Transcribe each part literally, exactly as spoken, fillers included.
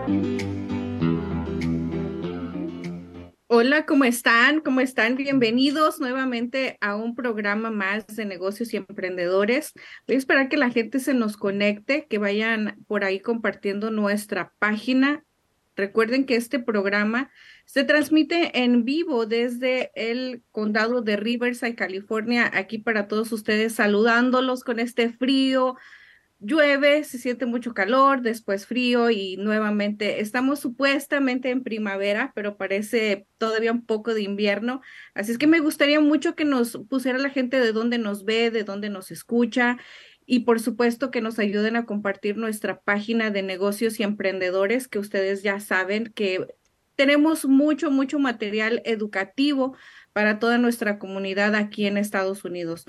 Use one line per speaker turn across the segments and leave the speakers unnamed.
Hola, ¿cómo están? ¿Cómo están? Bienvenidos nuevamente a un programa más de negocios y emprendedores. Voy a esperar que la gente se nos conecte, que vayan por ahí compartiendo nuestra página. Recuerden que este programa se transmite en vivo desde el condado de Riverside, California, aquí para todos ustedes, saludándolos con este frío. Llueve, se siente mucho calor, después frío y nuevamente estamos supuestamente en primavera, pero parece todavía un poco de invierno. Así es que me gustaría mucho que nos pusiera la gente de dónde nos ve, de dónde nos escucha y por supuesto que nos ayuden a compartir nuestra página de negocios y emprendedores, que ustedes ya saben que tenemos mucho, mucho material educativo para toda nuestra comunidad aquí en Estados Unidos.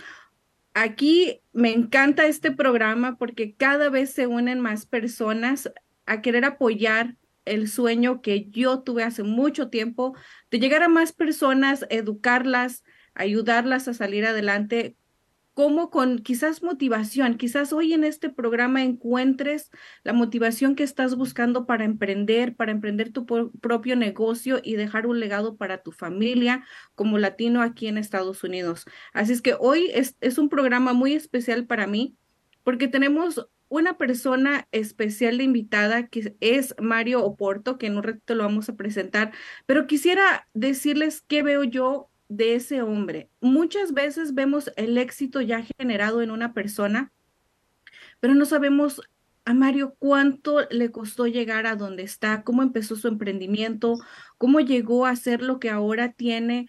Aquí me encanta este programa porque cada vez se unen más personas a querer apoyar el sueño que yo tuve hace mucho tiempo de llegar a más personas, educarlas, ayudarlas a salir adelante como con quizás motivación, quizás hoy en este programa encuentres la motivación que estás buscando para emprender, para emprender tu po- propio negocio y dejar un legado para tu familia como latino aquí en Estados Unidos. Así es que hoy es, es un programa muy especial para mí porque tenemos una persona especial de invitada que es Mario Oporto, que en un ratito lo vamos a presentar, pero quisiera decirles qué veo yo de ese hombre. Muchas veces vemos el éxito ya generado en una persona, pero no sabemos a Mario cuánto le costó llegar a donde está, cómo empezó su emprendimiento, cómo llegó a ser lo que ahora tiene.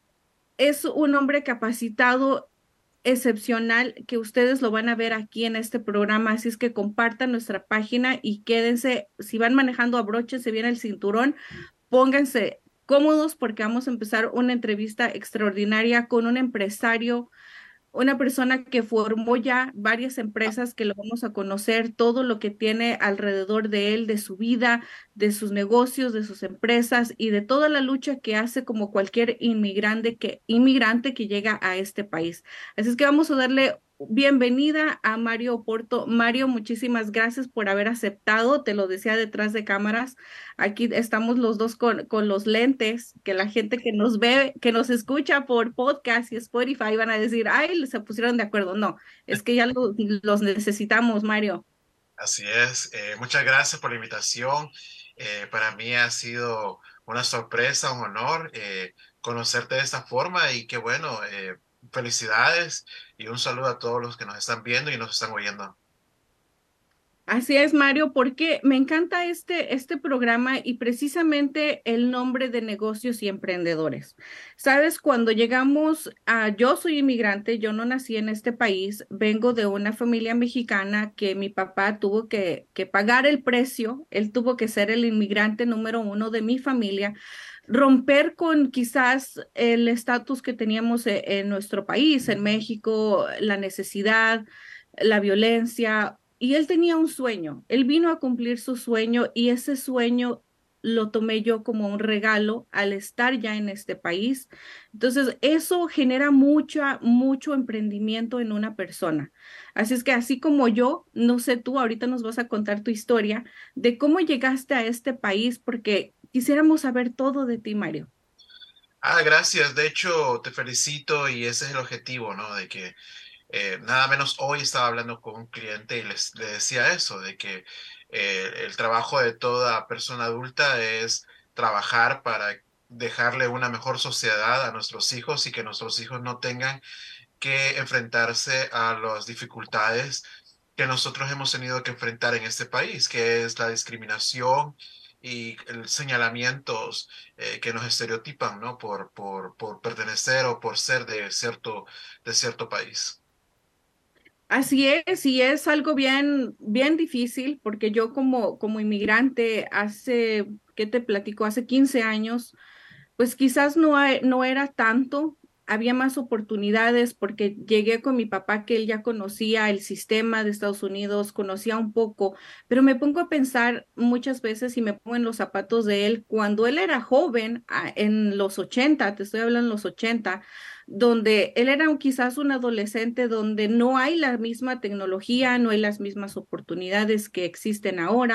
Es un hombre capacitado, excepcional, que ustedes lo van a ver aquí en este programa, así es que compartan nuestra página y quédense, si van manejando, abróchense bien el cinturón, pónganse cómodos porque vamos a empezar una entrevista extraordinaria con un empresario, una persona que formó ya varias empresas que lo vamos a conocer, todo lo que tiene alrededor de él, de su vida, de sus negocios, de sus empresas y de toda la lucha que hace como cualquier inmigrante que, inmigrante que llega a este país. Así es que vamos a darle bienvenida a Mario Oporto. Mario, muchísimas gracias por haber aceptado, te lo decía detrás de cámaras. Aquí estamos los dos con, con los lentes, que la gente que nos ve, que nos escucha por podcast y Spotify van a decir, ay, se pusieron de acuerdo. No, es que ya lo- los necesitamos, Mario.
Así es. Eh, muchas gracias por la invitación. Eh, para mí ha sido una sorpresa, un honor eh, conocerte de esta forma y qué bueno, eh, felicidades y un saludo a todos los que nos están viendo y nos están oyendo.
Así es, Mario, porque me encanta este, este programa y precisamente el nombre de negocios y emprendedores. Sabes, cuando llegamos a, yo soy inmigrante, yo no nací en este país, vengo de una familia mexicana que mi papá tuvo que, que pagar el precio, él tuvo que ser el inmigrante número uno de mi familia, romper con quizás el estatus que teníamos e- en nuestro país, en México, la necesidad, la violencia. Y él tenía un sueño, él vino a cumplir su sueño y ese sueño lo tomé yo como un regalo al estar ya en este país. Entonces, eso genera mucha, mucho emprendimiento en una persona. Así es que así como yo, no sé tú, ahorita nos vas a contar tu historia de cómo llegaste a este país, porque quisiéramos saber todo de ti, Mario.
Ah, gracias. De hecho, te felicito y ese es el objetivo, ¿no? De que eh, nada menos hoy estaba hablando con un cliente y les, le decía eso, de que eh, el trabajo de toda persona adulta es trabajar para dejarle una mejor sociedad a nuestros hijos y que nuestros hijos no tengan que enfrentarse a las dificultades que nosotros hemos tenido que enfrentar en este país, que es la discriminación y el señalamientos eh, que nos estereotipan, ¿no? Por, por, por pertenecer o por ser de cierto, de cierto país.
Así es, y es algo bien, bien difícil porque yo como, como inmigrante hace, ¿qué te platico? Hace quince años, pues quizás no, hay- no era tanto, había más oportunidades porque llegué con mi papá que él ya conocía el sistema de Estados Unidos, conocía un poco, pero me pongo a pensar muchas veces y me pongo en los zapatos de él cuando él era joven, a- en los ochenta, te estoy hablando en los ochenta, donde él era un- quizás un adolescente donde no hay la misma tecnología, no hay las mismas oportunidades que existen ahora.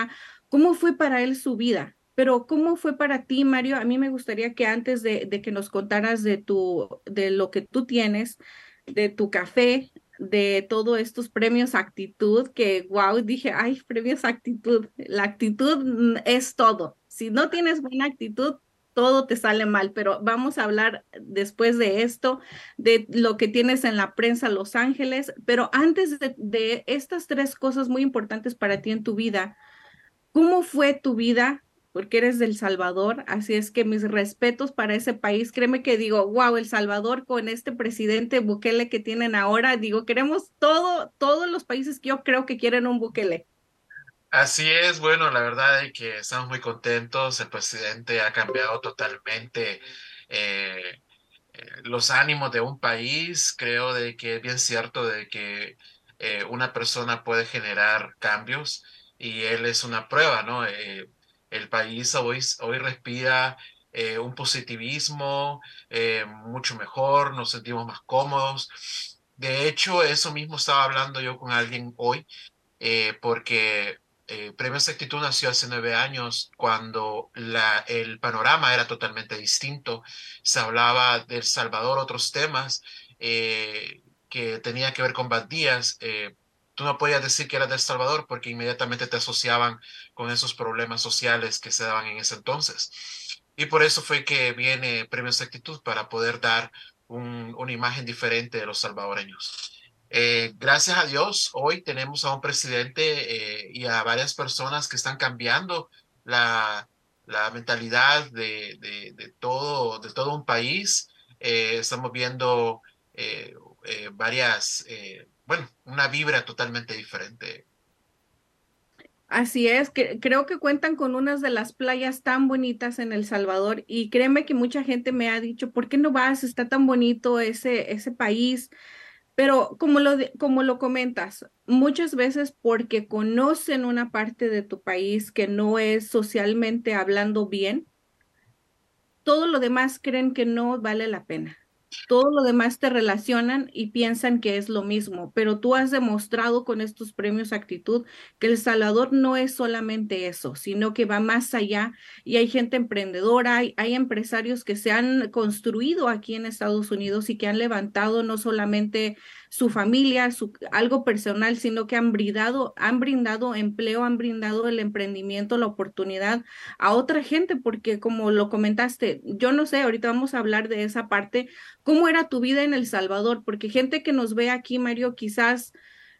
¿Cómo fue para él su vida? Pero ¿cómo fue para ti, Mario? A mí me gustaría que antes de, de que nos contaras de tu, de lo que tú tienes, de tu café, de todos estos premios actitud, que wow, dije, ay, premios actitud. La actitud mm, es todo. Si no tienes buena actitud, todo te sale mal. Pero vamos a hablar después de esto, de lo que tienes en la prensa Los Ángeles. Pero antes de, de estas tres cosas muy importantes para ti en tu vida. ¿Cómo fue tu vida? Porque eres del Salvador, así es que mis respetos para ese país. Créeme que digo, wow, El Salvador con este presidente Bukele que tienen ahora, digo, queremos todo, todos los países que yo creo que quieren un Bukele.
Así es, bueno, la verdad es que estamos muy contentos. El presidente ha cambiado totalmente eh, eh, los ánimos de un país. Creo de que es bien cierto de que eh, una persona puede generar cambios y él es una prueba, ¿no? Eh, el país hoy, hoy respira eh, un positivismo eh, mucho mejor, nos sentimos más cómodos. De hecho, eso mismo estaba hablando yo con alguien hoy eh, porque eh, Premios Actitud nació hace nueve años cuando la, el panorama era totalmente distinto. Se hablaba de El Salvador, otros temas eh, que tenía que ver con bandías. Eh, tú no podías decir que eras de El Salvador porque inmediatamente te asociaban con esos problemas sociales que se daban en ese entonces. Y por eso fue que viene Premios Actitud para poder dar un- una imagen diferente de los salvadoreños. Eh, gracias a Dios, hoy tenemos a un presidente eh, y a varias personas que están cambiando la, la mentalidad de, de- de todo, de todo un país. Eh, estamos viendo eh, eh, varias, eh, bueno, una vibra totalmente diferente.
Así es, que creo que cuentan con unas de las playas tan bonitas en El Salvador y créeme que mucha gente me ha dicho, ¿por qué no vas? Está tan bonito ese, ese país. Pero como lo, de- como lo comentas, muchas veces porque conocen una parte de tu país que no es socialmente hablando bien, todo lo demás creen que no vale la pena. Todo lo demás te relacionan y piensan que es lo mismo, pero tú has demostrado con estos premios Actitud que El Salvador no es solamente eso, sino que va más allá y hay gente emprendedora, hay, hay empresarios que se han construido aquí en Estados Unidos y que han levantado no solamente su familia, su, algo personal, sino que han brindado, han brindado empleo, han brindado el emprendimiento, la oportunidad a otra gente, porque como lo comentaste, yo no sé, ahorita vamos a hablar de esa parte, ¿cómo era tu vida en El Salvador? Porque gente que nos ve aquí, Mario, quizás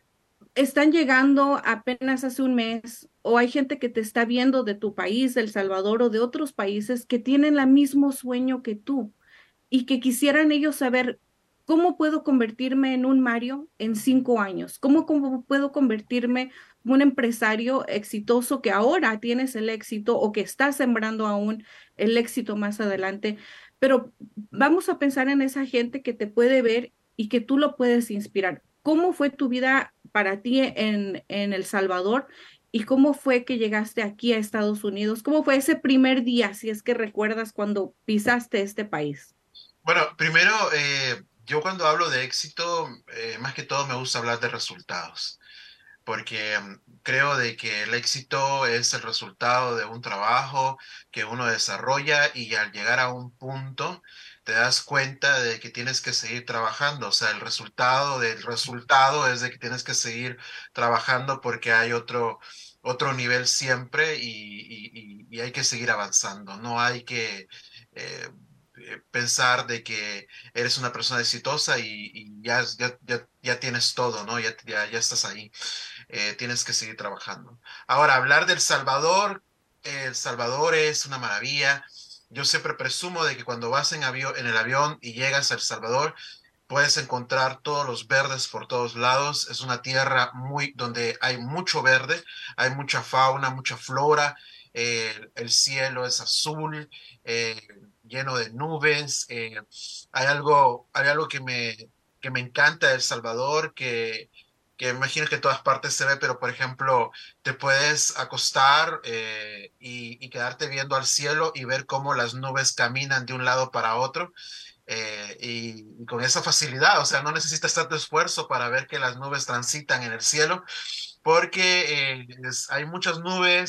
están llegando apenas hace un mes o hay gente que te está viendo de tu país, de El Salvador o de otros países que tienen el mismo sueño que tú y que quisieran ellos saber cómo puedo convertirme en un Mario en cinco años, cómo, cómo puedo convertirme en un empresario exitoso que ahora tienes el éxito o que está sembrando aún el éxito más adelante. Pero vamos a pensar en esa gente que te puede ver y que tú lo puedes inspirar. ¿Cómo fue tu vida para ti en, en El Salvador? ¿Y cómo fue que llegaste aquí a Estados Unidos? ¿Cómo fue ese primer día, si es que recuerdas cuando pisaste este país?
Bueno, primero, eh, yo cuando hablo de éxito, eh, más que todo me gusta hablar de resultados. Porque mm, creo de que el éxito es el resultado de un trabajo que uno desarrolla y al llegar a un punto te das cuenta de que tienes que seguir trabajando. O sea, el resultado del resultado es de que tienes que seguir trabajando porque hay otro, otro nivel siempre y, y- y- y hay que seguir avanzando. No hay que eh, eh, pensar de que eres una persona exitosa y, y ya, ya, ya, ya tienes todo, ¿no? Ya, ya, ya estás ahí. Eh, tienes que seguir trabajando. Ahora, hablar del Salvador, El Salvador es una maravilla. Yo siempre presumo de que cuando vas en avión, en el avión y llegas a El Salvador, puedes encontrar todos los verdes por todos lados. Es una tierra muy donde hay mucho verde, hay mucha fauna, mucha flora. Eh, el cielo es azul, eh, lleno de nubes. Eh, hay algo, hay algo que me, que me encanta de El Salvador, que, que me imagino que en todas partes se ve, pero por ejemplo, te puedes acostar eh, y, y quedarte viendo al cielo y ver cómo las nubes caminan de un lado para otro eh, y, y con esa facilidad, o sea, no necesitas tanto esfuerzo para ver que las nubes transitan en el cielo, porque eh, es- hay muchas nubes,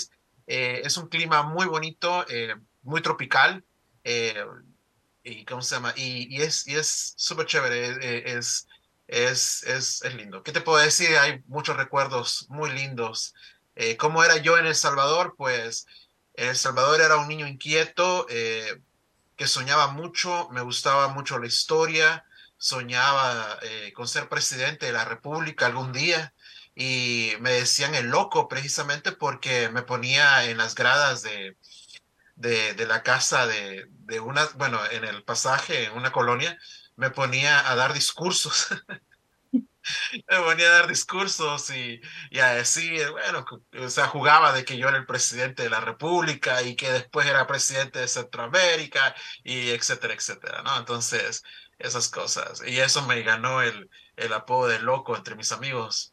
Eh, es un clima muy bonito, eh, muy tropical. eh, y ¿cómo se llama? Y, y es y es súper chévere, eh, es, es, es, es lindo. ¿Qué te puedo decir? Hay muchos recuerdos muy lindos. Eh, ¿cómo era yo en El Salvador? Pues en El Salvador era un niño inquieto, eh, que soñaba mucho, me gustaba mucho la historia, soñaba eh, con ser presidente de la República algún día. Y me decían el loco precisamente porque me ponía en las gradas de, de, de la casa de, de una, bueno, en el pasaje, en una colonia, me ponía a dar discursos, me ponía a dar discursos y, y a decir, bueno, o sea, jugaba de que yo era el presidente de la República y que después era presidente de Centroamérica y etcétera, etcétera, ¿no? Entonces, esas cosas. Y eso me ganó el, el apodo de loco entre mis amigos.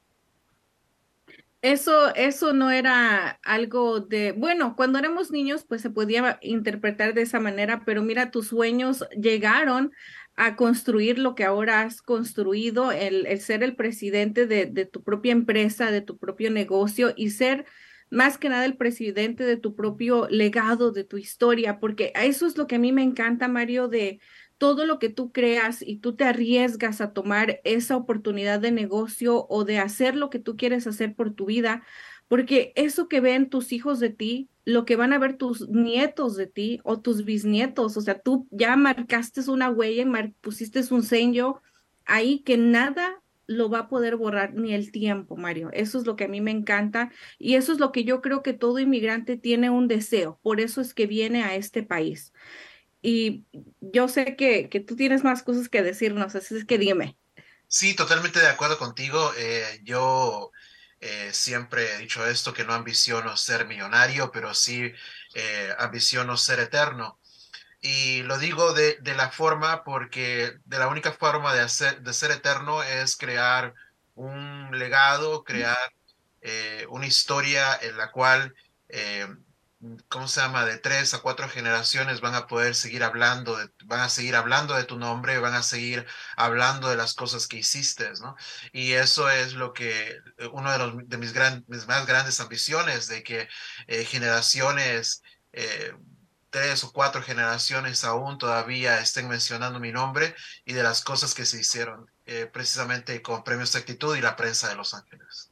Eso, eso no era algo de, bueno, cuando éramos niños, pues se podía interpretar de esa manera, pero mira, tus sueños llegaron a construir lo que ahora has construido, el, el ser el presidente de, de tu propia empresa, de tu propio negocio y ser más que nada el presidente de tu propio legado, de tu historia, porque eso es lo que a mí me encanta, Mario, de todo lo que tú creas y tú te arriesgas a tomar esa oportunidad de negocio o de hacer lo que tú quieres hacer por tu vida, porque eso que ven tus hijos de ti, lo que van a ver tus nietos de ti o tus bisnietos, o sea, tú ya marcaste una huella, mar pusiste un sello ahí que nada lo va a poder borrar ni el tiempo, Mario. Eso es lo que a mí me encanta y eso es lo que yo creo que todo inmigrante tiene un deseo. Por eso es que viene a este país. Y yo sé que, que tú tienes más cosas que decirnos, así es que dime.
Sí, totalmente de acuerdo contigo. Eh, yo eh, siempre he dicho esto, que no ambiciono ser millonario, pero sí eh, ambiciono ser eterno. Y lo digo de, de la forma porque de la única forma de hacer, de ser eterno es crear un legado, crear eh, una historia en la cual, eh, ¿cómo se llama? De tres a cuatro generaciones van a poder seguir hablando, de- van a seguir hablando de tu nombre, van a seguir hablando de las cosas que hiciste, ¿no? Y eso es lo que, eh, uno de, los, de mis, gran, mis más grandes ambiciones, de que eh, generaciones... eh, tres o cuatro generaciones aún todavía estén mencionando mi nombre y de las cosas que se hicieron eh, precisamente con Premios de Actitud y la prensa de Los Ángeles.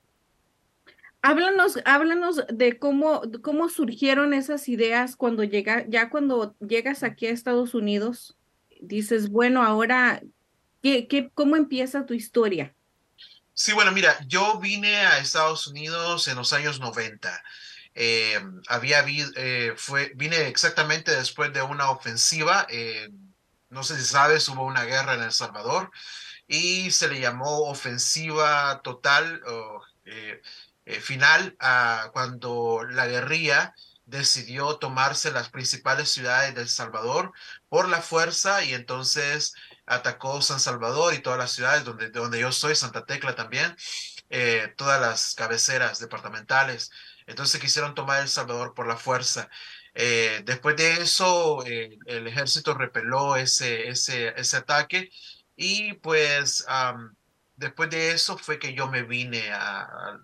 Háblanos, háblanos de cómo, de cómo surgieron esas ideas cuando llega, ya cuando llegas aquí a Estados Unidos, dices, bueno, ahora, ¿qué, qué, cómo empieza tu historia?
Sí, bueno, mira, yo vine a Estados Unidos en los años noventa. Eh, había habido, eh, fue, vine exactamente después de una ofensiva. Eh, no sé si sabes, hubo una guerra en El Salvador y se le llamó ofensiva total o eh, eh, final a cuando la guerrilla decidió tomarse las principales ciudades de El Salvador por la fuerza y entonces atacó San Salvador y todas las ciudades donde, de donde yo soy, Santa Tecla también, eh, todas las cabeceras departamentales. Entonces quisieron tomar El Salvador por la fuerza. Eh, después de eso, eh, el ejército repeló ese, ese, ese ataque y pues um, después de eso fue que yo me vine a,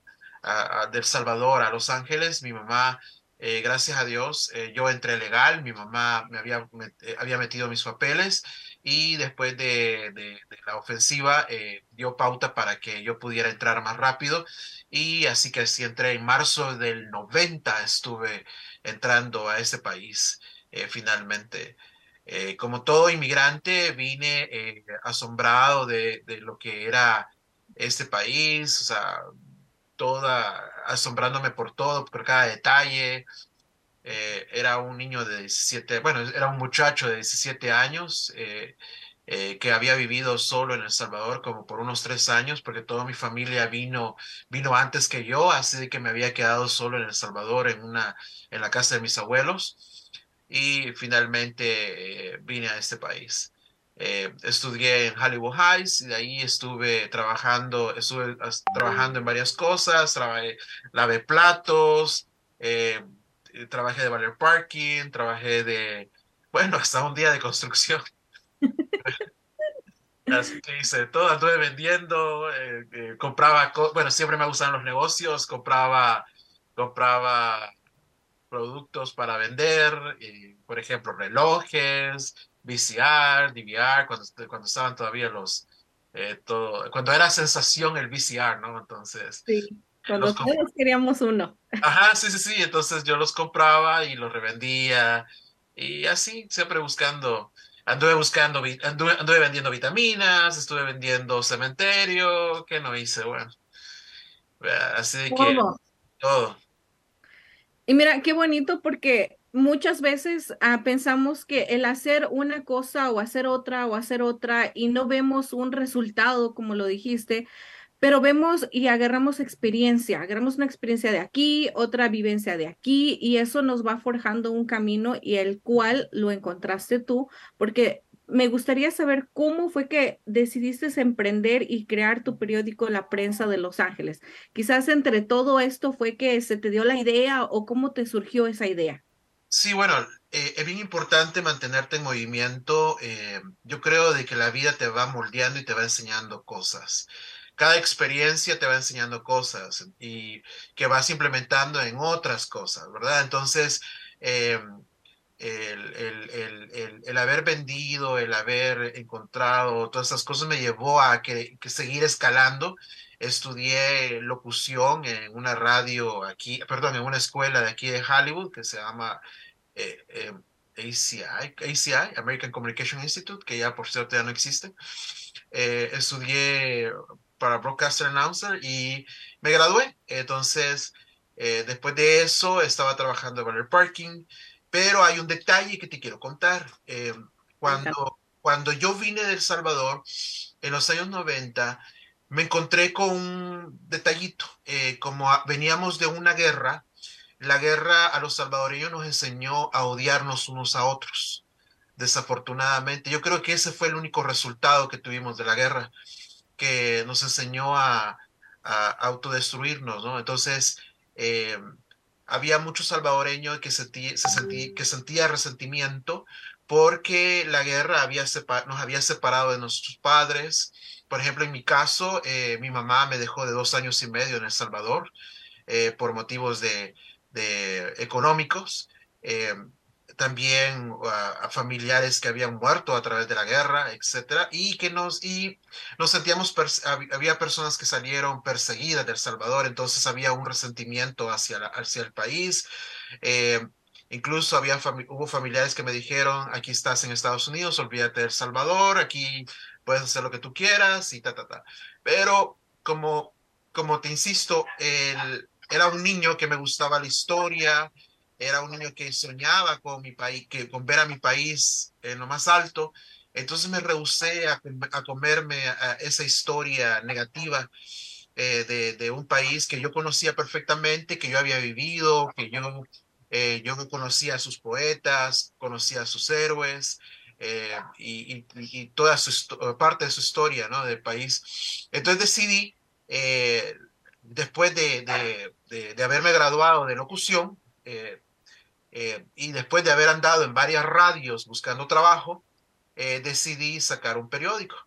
a, a, de El Salvador a Los Ángeles. Mi mamá, eh, gracias a Dios, eh, yo entré legal, mi mamá me había, me, eh, había metido mis papeles y después de, de, de la ofensiva eh, dio pauta para que yo pudiera entrar más rápido y así que así entré en marzo del noventa, estuve entrando a ese país eh, finalmente. Eh, como todo inmigrante, vine eh, asombrado de, de lo que era este país, o sea, toda, asombrándome por todo, por cada detalle. Eh, era un niño de diecisiete, bueno, era un muchacho de diecisiete años eh, eh, que había vivido solo en El Salvador como por unos tres años, porque toda mi familia vino, vino antes que yo, así que me había quedado solo en El Salvador en una, en la casa de mis abuelos y finalmente eh, vine a este país. Eh, estudié en Hollywood Heights y de ahí estuve trabajando, estuve as- trabajando en varias cosas, trabajé, lavé platos, eh, eh, trabajé de valet parking, trabajé de, bueno, hasta un día de construcción. Así que hice todo, anduve vendiendo, eh, eh, compraba, co- bueno, siempre me gustan los negocios, compraba, compraba. productos para vender, y, por ejemplo, relojes, V C R, D V R, cuando, cuando estaban todavía los, eh, todo, cuando era sensación el V C R, ¿no? Entonces,
Sí,
los,
cuando todos queríamos uno.
ajá, sí, sí, sí. Entonces yo los compraba y los revendía y así, siempre buscando. Anduve buscando, vi- anduve, anduve vendiendo vitaminas, estuve vendiendo cementerio, ¿qué no hice? Bueno, así de que
Todo.
todo.
Y mira, qué bonito porque muchas veces ah, pensamos que el hacer una cosa o hacer otra o hacer otra y no vemos un resultado, como lo dijiste, pero vemos y agarramos experiencia, agarramos una experiencia de aquí, otra vivencia de aquí, y eso nos va forjando un camino y el cual lo encontraste tú, porque me gustaría saber cómo fue que decidiste emprender y crear tu periódico La Prensa de Los Ángeles. Quizás entre todo esto fue que se te dio la idea o cómo te surgió esa idea.
Sí, bueno, eh, es bien importante mantenerte en movimiento. Eh, yo creo de que la vida te va moldeando y te va enseñando cosas. Cada experiencia te va enseñando cosas y que vas implementando en otras cosas, ¿verdad? Entonces, eh, el, el, el, el, el haber vendido, el haber encontrado, todas esas cosas me llevó a que, que seguir escalando. Estudié locución en una radio aquí, perdón, en una escuela de aquí de Hollywood que se llama eh, eh, A C I, A C I, American Communication Institute, que ya por cierto ya no existe. Eh, estudié para Broadcaster Announcer y me gradué. Entonces, eh, después de eso, estaba trabajando en el parking, pero hay un detalle que te quiero contar. Eh,
Me encanta.
cuando, cuando yo vine de El Salvador, en los años noventa, me encontré con un detallito. Eh, como a- veníamos de una guerra, la guerra a los salvadoreños nos enseñó a odiarnos unos a otros. Desafortunadamente, yo creo que ese fue el único resultado que tuvimos de la guerra, que nos enseñó a, a autodestruirnos, ¿no? Entonces, eh, había muchos salvadoreños que, sentí, se sentí, que sentía resentimiento porque la guerra había sepa- nos había separado de nuestros padres. Por ejemplo, en mi caso, eh, mi mamá me dejó de dos años y medio en El Salvador eh, por motivos de, de económicos. Eh, también uh, a familiares que habían muerto a través de la guerra, etcétera, y que nos, y nos sentíamos, había personas que salieron perseguidas de El Salvador, entonces había un resentimiento hacia, la, hacia el país. Eh, incluso había fami hubo familiares que me dijeron, aquí estás en Estados Unidos, olvídate de El Salvador, aquí puedes hacer lo que tú quieras y ta, ta, ta. Pero como, como te insisto, el, era un niño que me gustaba la historia, era un niño que soñaba con mi país, que con ver a mi país en lo más alto. Entonces me rehusé a, a comerme a esa historia negativa eh, de, de, un país que yo conocía perfectamente, que yo había vivido, que yo, eh, yo conocía a sus poetas, conocía a sus héroes eh, y, y, y, toda su parte de su historia, ¿no? Del país. Entonces decidí, eh, después de, de, de, de, haberme graduado de locución, eh, eh, y después de haber andado en varias radios buscando trabajo, eh, decidí sacar un periódico.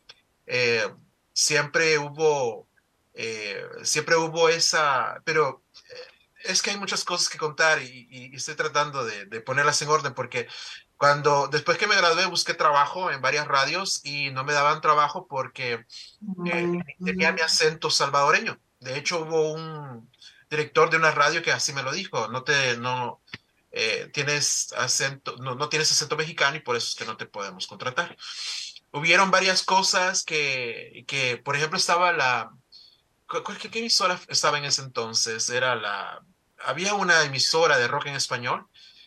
Eh, siempre hubo, eh, siempre hubo esa, pero es que hay muchas cosas que contar y, y estoy tratando de, de, ponerlas en orden porque cuando, después que me gradué, busqué trabajo en varias radios y no me daban trabajo porque eh, tenía mi acento salvadoreño. De hecho, hubo un director de una radio que así me lo dijo, no te, no, eh, tienes acento, no, no tienes acento mexicano y por eso es que no te podemos contratar. Hubieron varias cosas que, que por ejemplo, estaba la, ¿qué, qué emisora estaba en ese entonces? Era la, había una emisora de rock en español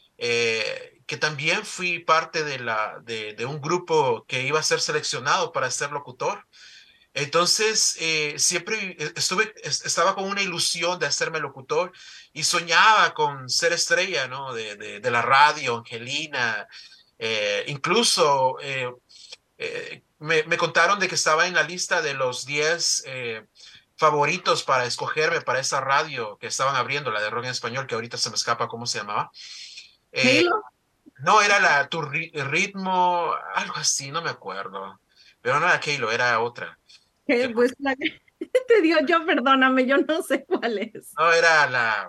eh, que también fui parte de, la, de, de, un grupo que iba a ser seleccionado para ser locutor. Entonces, eh, siempre estuve, estaba con una ilusión de hacerme locutor y soñaba con ser estrella, ¿no? De, de, de la radio, Angelina. Eh, incluso eh, eh, me, me, contaron de que estaba en la lista de los diez eh, favoritos para escogerme para esa radio que estaban abriendo, la de rock en español, que ahorita se me escapa cómo se llamaba. Eh,
Halo,
no, era la tu ritmo, algo así, no me acuerdo. Pero no era Halo, era otra.
que pues la que te dio yo, perdóname, yo no sé cuál es.
No, era la...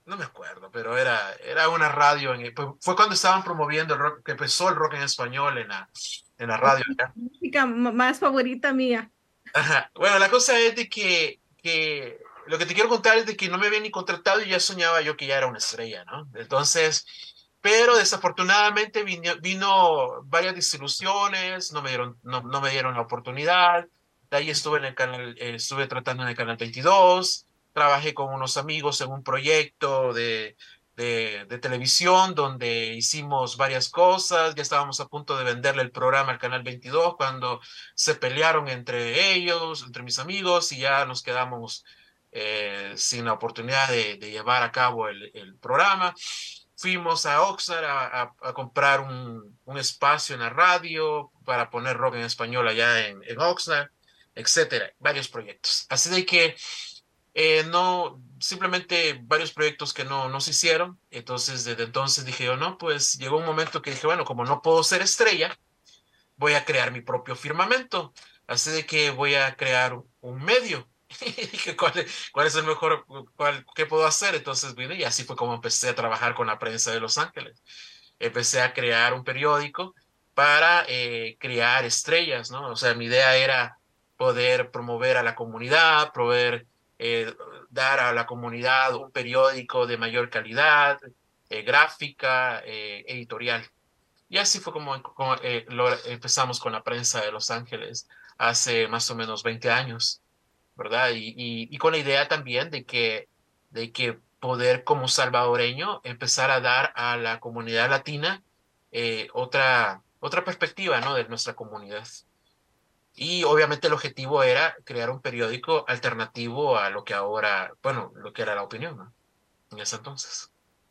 no me acuerdo, pero era, era una radio, en, fue, fue cuando estaban promoviendo el rock, que empezó el rock en español en la, en la
Ok,
radio acá.
música m- más favorita mía.
Ajá. Bueno, la cosa es de que, que lo que te quiero contar es de que no me había ni contratado y ya soñaba yo que ya era una estrella, ¿no? Entonces, pero desafortunadamente vino, vino varias desilusiones, no me dieron, no, no me dieron la oportunidad. De ahí estuve en el canal, eh, estuve tratando en el canal veintidós, trabajé con unos amigos en un proyecto de, de, de televisión donde hicimos varias cosas, ya estábamos a punto de venderle el programa al canal veintidós cuando se pelearon entre ellos, entre mis amigos, y ya nos quedamos eh, sin la oportunidad de, de llevar a cabo el, el programa. Fuimos a Oxnard a, a, a comprar un, un, espacio en la radio para poner rock en español allá en, en Oxnard, etcétera, varios proyectos. Así de que eh, no, simplemente varios proyectos que no, no se hicieron. Entonces, desde entonces dije yo, no, pues llegó un momento que dije, bueno, como no puedo ser estrella, voy a crear mi propio firmamento. Así de que voy a crear un medio. Y dije, ¿cuál es, cuál es el mejor, cuál, qué puedo hacer? Entonces vine y así fue como empecé a trabajar con la prensa de Los Ángeles. Empecé a crear un periódico para eh, crear estrellas, ¿no? O sea, mi idea era poder promover a la comunidad, poder eh, dar a la comunidad un periódico de mayor calidad, eh, gráfica, eh, editorial. Y así fue como, como, eh, lo, empezamos con la prensa de Los Ángeles hace más o menos veinte años, ¿verdad? Y, y, y con la idea también de que, de que poder como salvadoreño empezar a dar a la comunidad latina eh, otra, otra perspectiva, ¿no? De nuestra comunidad. Y obviamente el objetivo era crear un periódico alternativo a lo que ahora, bueno, lo que era la opinión, ¿no? En ese entonces.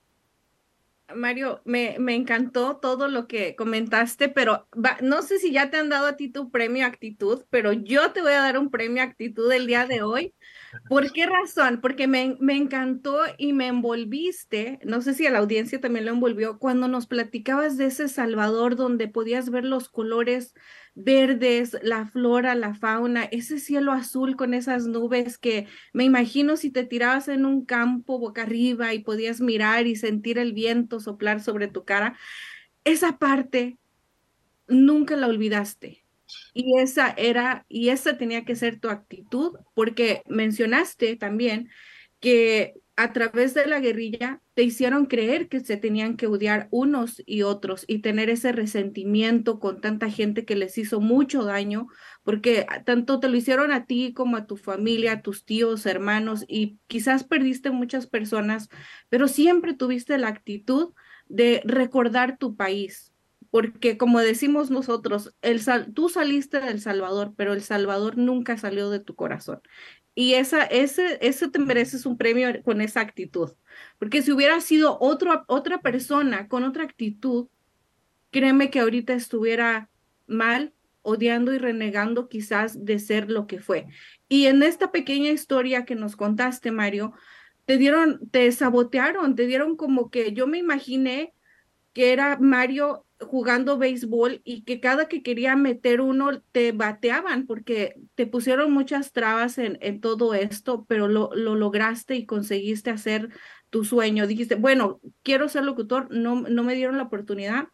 Mario, me, me encantó todo lo que comentaste, pero va- no sé si ya te han dado a ti tu premio actitud, pero yo te voy a dar un premio actitud el día de hoy. ¿Por qué razón? Porque me, me encantó y me envolviste, no sé si a la audiencia también lo envolvió, cuando nos platicabas de ese Salvador donde podías ver los colores verdes, la flora, la fauna, ese cielo azul con esas nubes que me imagino si te tirabas en un campo boca arriba y podías mirar y sentir el viento soplar sobre tu cara, esa parte nunca la olvidaste. Y esa era, y esa tenía que ser tu actitud, porque mencionaste también que a través de la guerrilla te hicieron creer que se tenían que odiar unos y otros y tener ese resentimiento con tanta gente que les hizo mucho daño, porque tanto te lo hicieron a ti como a tu familia, a tus tíos, hermanos, y quizás perdiste muchas personas, pero siempre tuviste la actitud de recordar tu país porque como decimos nosotros, el sal, tú saliste del Salvador, pero el Salvador nunca salió de tu corazón. Y esa, ese, ese te mereces un premio con esa actitud, porque si hubiera sido otro, otra persona con otra actitud, créeme que ahorita estuviera mal, odiando y renegando quizás de ser lo que fue. Y en esta pequeña historia que nos contaste, Mario, te dieron, te sabotearon, te dieron como que yo me imaginé que era Mario jugando béisbol y que cada que quería meter uno te bateaban porque te pusieron muchas trabas en, en todo esto, pero lo, lo lograste y conseguiste hacer tu sueño. Dijiste, bueno, quiero ser locutor, no, no me dieron la oportunidad.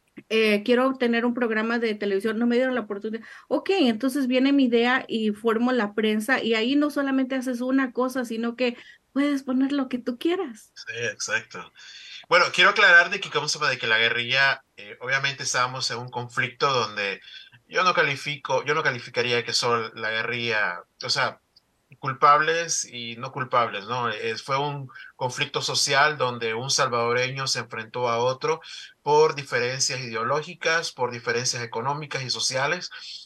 Eh, quiero tener un programa de televisión, no me dieron la oportunidad. Ok, entonces viene mi idea y formo la prensa y ahí no solamente haces una cosa, sino que puedes poner lo que tú quieras.
Sí, exacto. Bueno, quiero aclarar de que, ¿cómo se llama? De que la guerrilla, eh, obviamente estábamos en un conflicto donde yo no califico, yo no calificaría que solo la guerrilla, o sea, culpables y no culpables, ¿no? Es, fue un conflicto social donde un salvadoreño se enfrentó a otro por diferencias ideológicas, por diferencias económicas y sociales,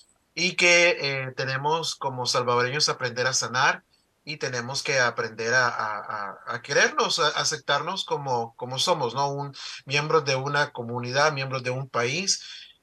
y que eh, tenemos como salvadoreños aprender a sanar y tenemos que aprender a, a, a, a querernos, a aceptarnos como, como somos, ¿no? Un, miembros de una comunidad, miembros de un país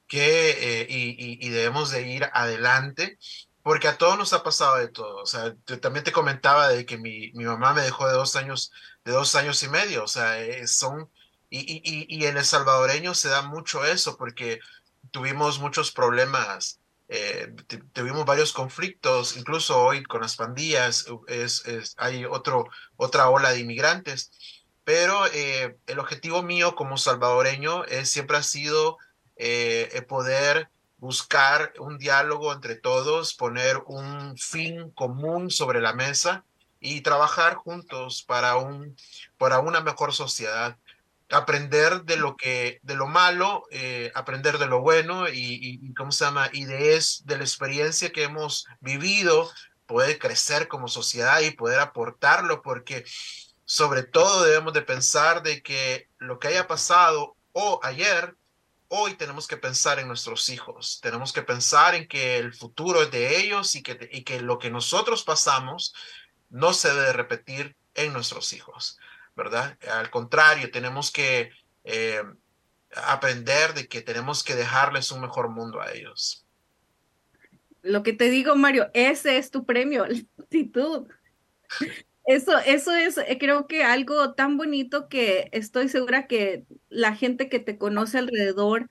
que, eh, y, y, y debemos de ir adelante porque a todos nos ha pasado de todo. O sea, yo también te comentaba de que mi, mi mamá me dejó de dos años, de dos años y medio. O sea, eh, son, y, y, y y en el salvadoreño se da mucho eso, porque tuvimos muchos problemas, eh, tu- tuvimos varios conflictos, incluso hoy con las pandillas, es, es, hay otro, otra ola de inmigrantes. pero eh, el objetivo mío como salvadoreño es, siempre ha sido eh, el poder buscar un diálogo entre todos, poner un fin común sobre la mesa y trabajar juntos para un, para una mejor sociedad. Aprender de lo que, de lo malo, eh, aprender de lo bueno y, y, y, ¿cómo se llama? Y de, es, de la experiencia que hemos vivido, poder crecer como sociedad y poder aportarlo, porque sobre todo debemos de pensar de que lo que haya pasado o ayer, hoy tenemos que pensar en nuestros hijos, tenemos que pensar en que el futuro es de ellos y que, y que lo que nosotros pasamos no se debe repetir en nuestros hijos, ¿verdad? Al contrario, tenemos que eh, aprender de que tenemos que dejarles un mejor mundo a ellos.
Lo que te digo, Mario, ese es tu premio, la actitud. Eso, eso es, eh, creo que algo tan bonito que estoy segura que la gente que te conoce alrededor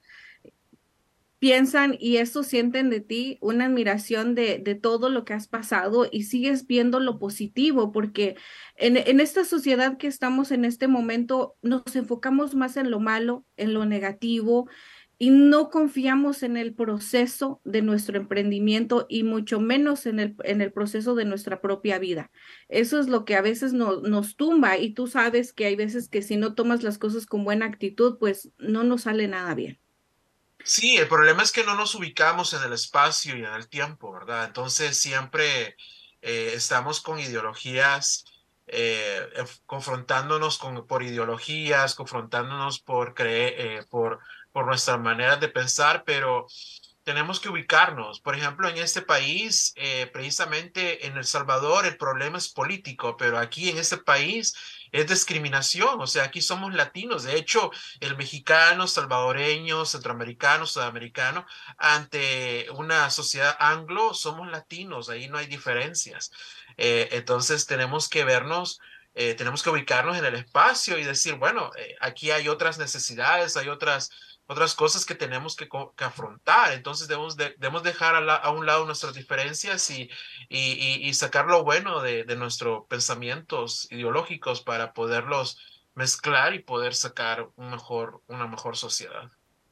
piensan y eso sienten de ti una admiración de, de todo lo que has pasado y sigues viendo lo positivo, porque en, en esta sociedad que estamos en este momento nos enfocamos más en lo malo, en lo negativo y no confiamos en el proceso de nuestro emprendimiento y mucho menos en el, en el proceso de nuestra propia vida. Eso es lo que a veces no- nos tumba y tú sabes que hay veces que si no tomas las cosas con buena actitud, pues no nos sale nada bien.
Sí, el problema es que no nos ubicamos en el espacio y en el tiempo, ¿verdad? Entonces siempre eh, estamos con ideologías, eh, enf- confrontándonos con, por ideologías, confrontándonos por creer, eh, por, por nuestras maneras de pensar, pero tenemos que ubicarnos. Por ejemplo, en este país, eh, precisamente en El Salvador, el problema es político, pero aquí en este país es discriminación. O sea, aquí somos latinos. De hecho, el mexicano, salvadoreño, centroamericano, sudamericano, ante una sociedad anglo, somos latinos, ahí no hay diferencias. Eh, entonces tenemos que vernos, eh, tenemos que ubicarnos en el espacio y decir, bueno, eh, aquí hay otras necesidades, hay otras, otras cosas que tenemos que, co- que afrontar. Entonces debemos, de- debemos dejar a, la- a un lado nuestras diferencias y, y, y- y sacar lo bueno de, de nuestros pensamientos ideológicos para poderlos mezclar y poder sacar un mejor, una mejor sociedad.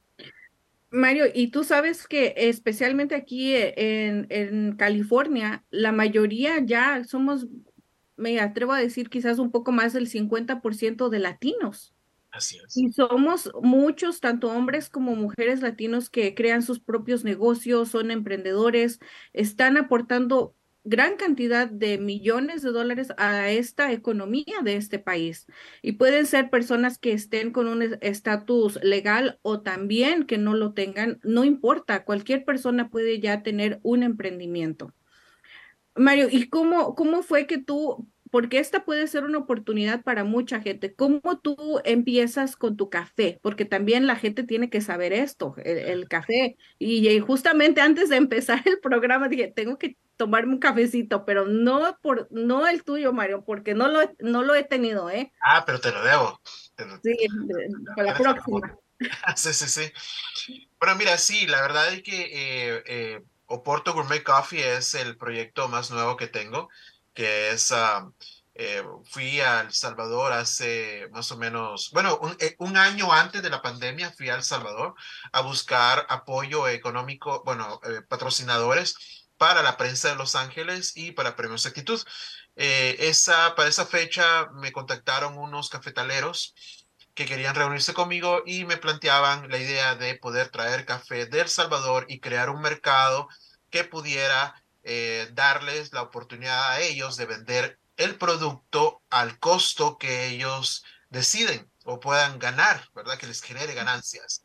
Mario, y tú sabes que especialmente aquí eh, en, en California, la mayoría ya somos, me atrevo a decir, quizás un poco más del cincuenta por ciento de latinos.
Así es.
Y somos muchos, tanto hombres como mujeres latinos, que crean sus propios negocios, son emprendedores, están aportando gran cantidad de millones de dólares a esta economía de este país. Y pueden ser personas que estén con un es- estatus legal o también que no lo tengan, no importa, cualquier persona puede ya tener un emprendimiento. Mario, ¿y cómo, cómo fue que tú, porque esta puede ser una oportunidad para mucha gente, cómo tú empiezas con tu café? Porque también la gente tiene que saber esto, el, el café. Y, eh, justamente antes de empezar el programa dije, tengo que tomarme un cafecito, pero no por, no el tuyo, Mario, porque no lo, he- no lo he tenido, ¿eh?
Ah, pero te lo debo. Te lo,
Sí, de- para la
tienes a la
próxima.
boca. Sí, sí, sí. Bueno, mira, sí, la verdad es que eh, eh, Oporto Gourmet Coffee es el proyecto más nuevo que tengo, que es, ah, eh, fui a El Salvador hace más o menos, bueno, un, eh, un año antes de la pandemia fui a El Salvador a buscar apoyo económico, bueno, eh, patrocinadores para la prensa de Los Ángeles y para Premios Actitud. Eh, esa, para esa fecha me contactaron unos cafetaleros que querían reunirse conmigo y me planteaban la idea de poder traer café de El Salvador y crear un mercado que pudiera eh, darles la oportunidad a ellos de vender el producto al costo que ellos deciden o puedan ganar, ¿verdad? Que les genere ganancias.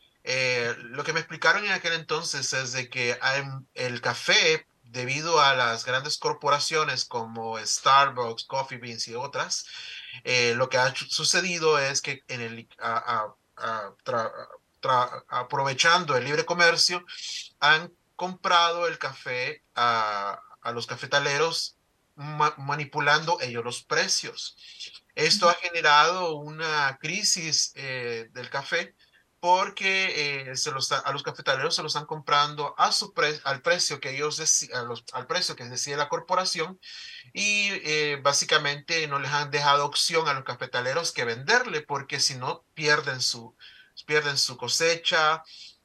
Eh, lo que me explicaron en aquel entonces es de que hay, el café, debido a las grandes corporaciones como Starbucks, Coffee Beans y otras, eh, lo que ha sucedido es que en el, a- a- a- tra- tra- aprovechando el libre comercio, han comprado el café a, a los cafetaleros, ma- manipulando ellos los precios. Esto ha generado una crisis eh, del café porque eh, se los, a los cafetaleros se los están comprando a su pre, al precio que ellos deci, a los, al precio que decide la corporación y eh, básicamente no les han dejado opción a los cafetaleros que venderle porque si no pierden su, pierden su cosecha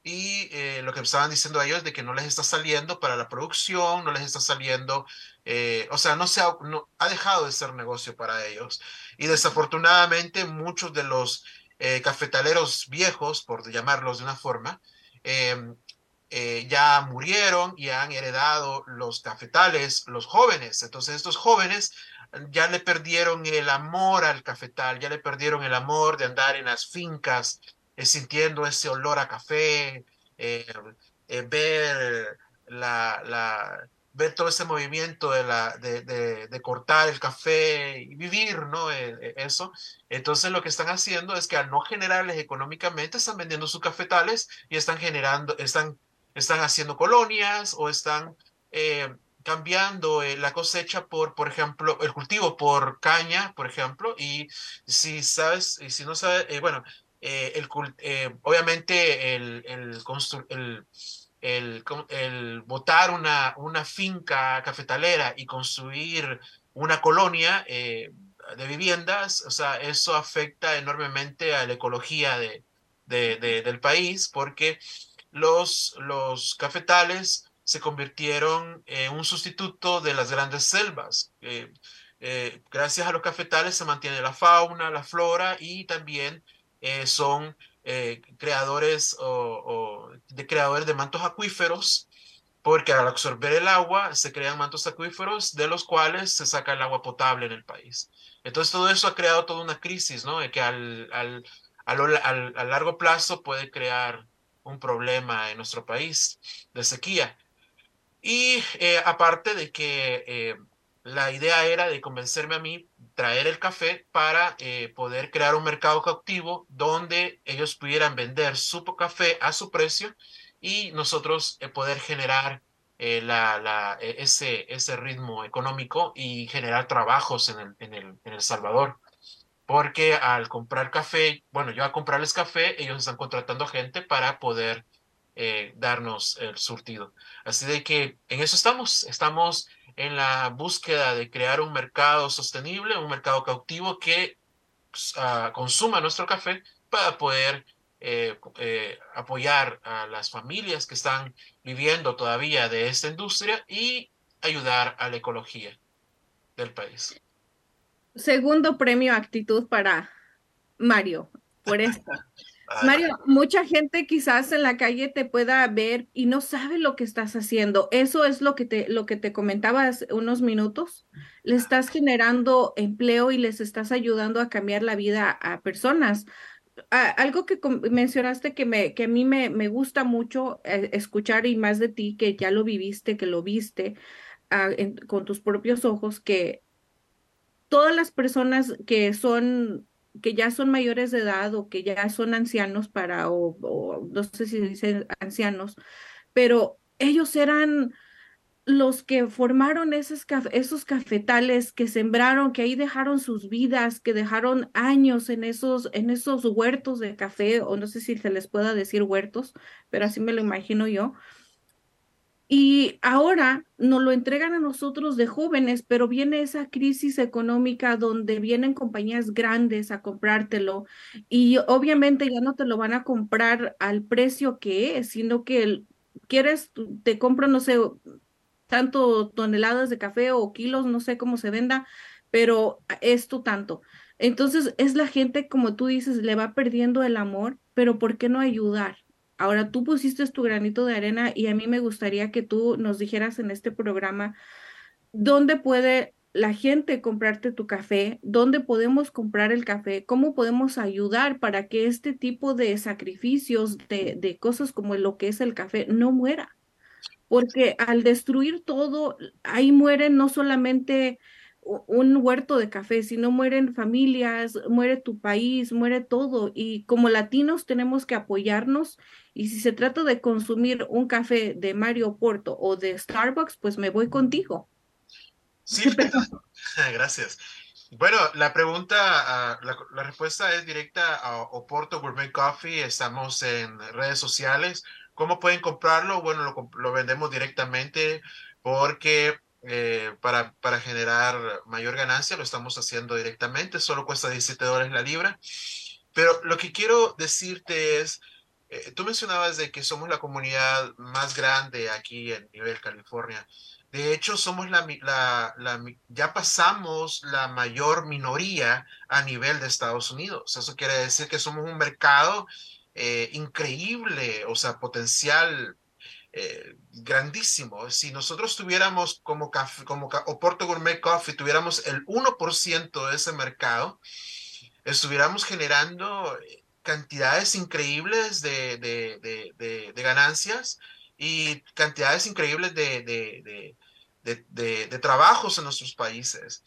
y eh, lo que estaban diciendo a ellos de que no les está saliendo para la producción, no les está saliendo, eh, o sea, no se ha, no, ha dejado de ser negocio para ellos. Y desafortunadamente muchos de los eh, cafetaleros viejos, por llamarlos de una forma, eh, eh, ya murieron y han heredado los cafetales, los jóvenes. Entonces estos jóvenes ya le perdieron el amor al cafetal, ya le perdieron el amor de andar en las fincas, eh, sintiendo ese olor a café, eh, eh, ver la, la, ver todo ese movimiento de, la, de, de, de cortar el café y vivir, ¿no? Eh, eh, eso. Entonces lo que están haciendo es que al no generarles económicamente, están vendiendo sus cafetales y están generando, están, están haciendo colonias o están eh, cambiando eh, la cosecha por, por ejemplo, el cultivo por caña, por ejemplo, y si sabes, y si no sabes, eh, bueno, eh, el, eh, obviamente el, el, el, el, el botar una, una finca cafetalera y construir una colonia eh, de viviendas, o sea, eso afecta enormemente a la ecología de, de, de, del país porque los, los cafetales se convirtieron en un sustituto de las grandes selvas. Eh, eh, gracias a los cafetales se mantiene la fauna, la flora y también eh, son eh, creadores o, o de creadores de mantos acuíferos porque al absorber el agua se crean mantos acuíferos de los cuales se saca el agua potable en el país. Entonces todo eso ha creado toda una crisis, ¿no? Que al, al, al, al, a largo plazo puede crear un problema en nuestro país de sequía. Y eh, aparte de que eh, la idea era de convencerme a mí, traer el café para eh, poder crear un mercado cautivo donde ellos pudieran vender su café a su precio y nosotros eh, poder generar eh, la, la, eh, ese, ese ritmo económico y generar trabajos en el, en el, en El Salvador. Porque al comprar café, bueno, yo a comprarles café, ellos están contratando gente para poder eh, darnos el surtido. Así de que en eso estamos, estamos en la búsqueda de crear un mercado sostenible, un mercado cautivo que uh, consuma nuestro café para poder eh, eh, apoyar a las familias que están viviendo todavía de esta industria y ayudar a la ecología del país.
Segundo premio actitud para Mario, por esto.
Ah,
Mario, mucha gente quizás en la calle te pueda ver y no sabe lo que estás haciendo. Eso es lo que te, lo que te comentaba hace unos minutos. Le estás generando empleo y les estás ayudando a cambiar la vida a personas. A- algo que com- mencionaste que, me, que a mí me, me gusta mucho eh, escuchar y más de ti, que ya lo viviste, que lo viste ah, en- con tus propios ojos, que todas las personas que son, que ya son mayores de edad o que ya son ancianos para, o, o no sé si dicen ancianos, pero ellos eran los que formaron esos, caf- esos cafetales, que sembraron, que ahí dejaron sus vidas, que dejaron años en esos, en esos huertos de café, o no sé si se les pueda decir huertos, pero así me lo imagino yo. Y ahora nos lo entregan a nosotros de jóvenes, pero viene esa crisis económica donde vienen compañías grandes a comprártelo y obviamente ya no te lo van a comprar al precio que es, sino que el- quieres, te compro, no sé, tanto toneladas de café o kilos, no sé cómo se venda, pero esto tanto. Entonces es la gente, como tú dices, le va perdiendo el amor, pero ¿por qué no ayudar? Ahora tú pusiste tu granito de arena y a mí me gustaría que tú nos dijeras en este programa dónde puede la gente comprarte tu café, dónde podemos comprar el café, cómo podemos ayudar para que este tipo de sacrificios, de, de cosas como lo que es el café, no muera. Porque al destruir todo, ahí mueren no solamente u- un huerto de café, sino mueren familias, muere tu país, muere todo. Y como latinos tenemos que apoyarnos. Y si se trata de consumir un café de Mario Porto o de Starbucks, pues me voy contigo.
sí,
Pero
gracias. Bueno, la pregunta, ah, la, la respuesta es directa a Oporto Gourmet Coffee. Estamos en redes sociales. ¿Cómo pueden comprarlo? Bueno, lo, comp- lo vendemos directamente porque eh, para, para generar mayor ganancia lo estamos haciendo directamente. Solo cuesta diecisiete dólares la libra. Pero lo que quiero decirte es, eh, tú mencionabas de que somos la comunidad más grande aquí en nivel California. De hecho, somos la, mi- la, la mi- ya pasamos la mayor minoría a nivel de Estados Unidos. Eso quiere decir que somos un mercado eh, increíble, o sea, potencial eh, grandísimo. Si nosotros tuviéramos como café, como ca- Oporto Gourmet Coffee, tuviéramos el uno por ciento de ese mercado, estuviéramos generando eh, cantidades increíbles de, de, de, de, de ganancias y cantidades increíbles de, de, de, de, de, de trabajos en nuestros países.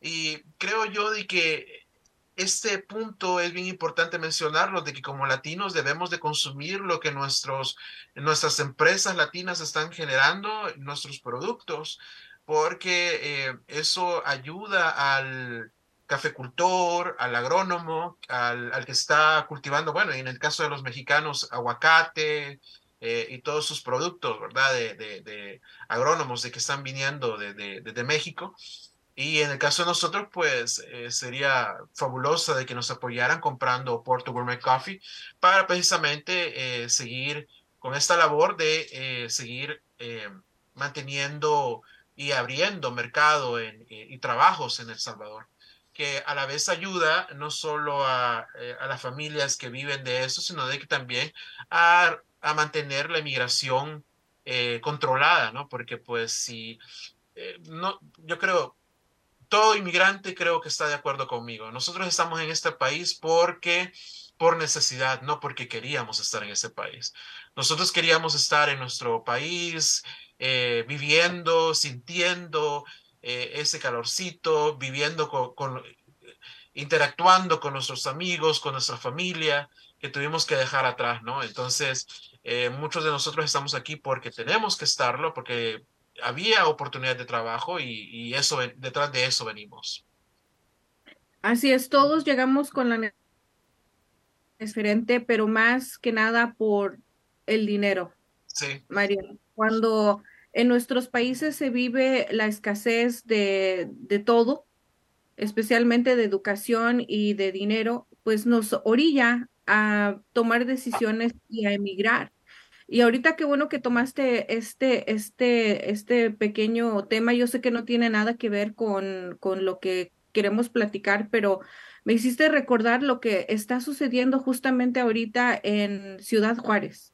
Y creo yo de que este punto es bien importante mencionarlo, de que como latinos debemos de consumir lo que nuestros, nuestras empresas latinas están generando, nuestros productos, porque eh, eso ayuda al cafecultor, al agrónomo, al, al que está cultivando, bueno, y en el caso de los mexicanos, aguacate eh, y todos sus productos, ¿verdad? De, de, de agrónomos de que están viniendo de, de, de México. Y en el caso de nosotros, pues eh, sería fabuloso de que nos apoyaran comprando Porto Gourmet Coffee para precisamente eh, seguir con esta labor de eh, seguir eh, manteniendo y abriendo mercado en- y, y trabajos en El Salvador, que a la vez ayuda no solo a, eh, a las familias que viven de eso, sino de que también a, a mantener la inmigración eh, controlada, ¿no? Porque pues si eh, no, yo creo todo inmigrante creo que está de acuerdo conmigo. Nosotros estamos en este país porque por necesidad, no porque queríamos estar en ese país. Nosotros queríamos estar en nuestro país, eh, viviendo, sintiendo eh, ese calorcito, viviendo con, con- interactuando con nuestros amigos, con nuestra familia, que tuvimos que dejar atrás, ¿no? Entonces, eh, muchos de nosotros estamos aquí porque tenemos que estarlo, porque había oportunidad de trabajo y, y eso, detrás de eso venimos.
Así es, todos llegamos con la necesidad diferente, pero más que nada por el dinero,
Sí,
María. Cuando en nuestros países se vive la escasez de, de todo, especialmente de educación y de dinero, pues nos orilla a tomar decisiones y a emigrar. Y ahorita qué bueno que tomaste este, este, este pequeño tema. Yo sé que no tiene nada que ver con, con lo que queremos platicar, pero me hiciste recordar lo que está sucediendo justamente ahorita en Ciudad Juárez.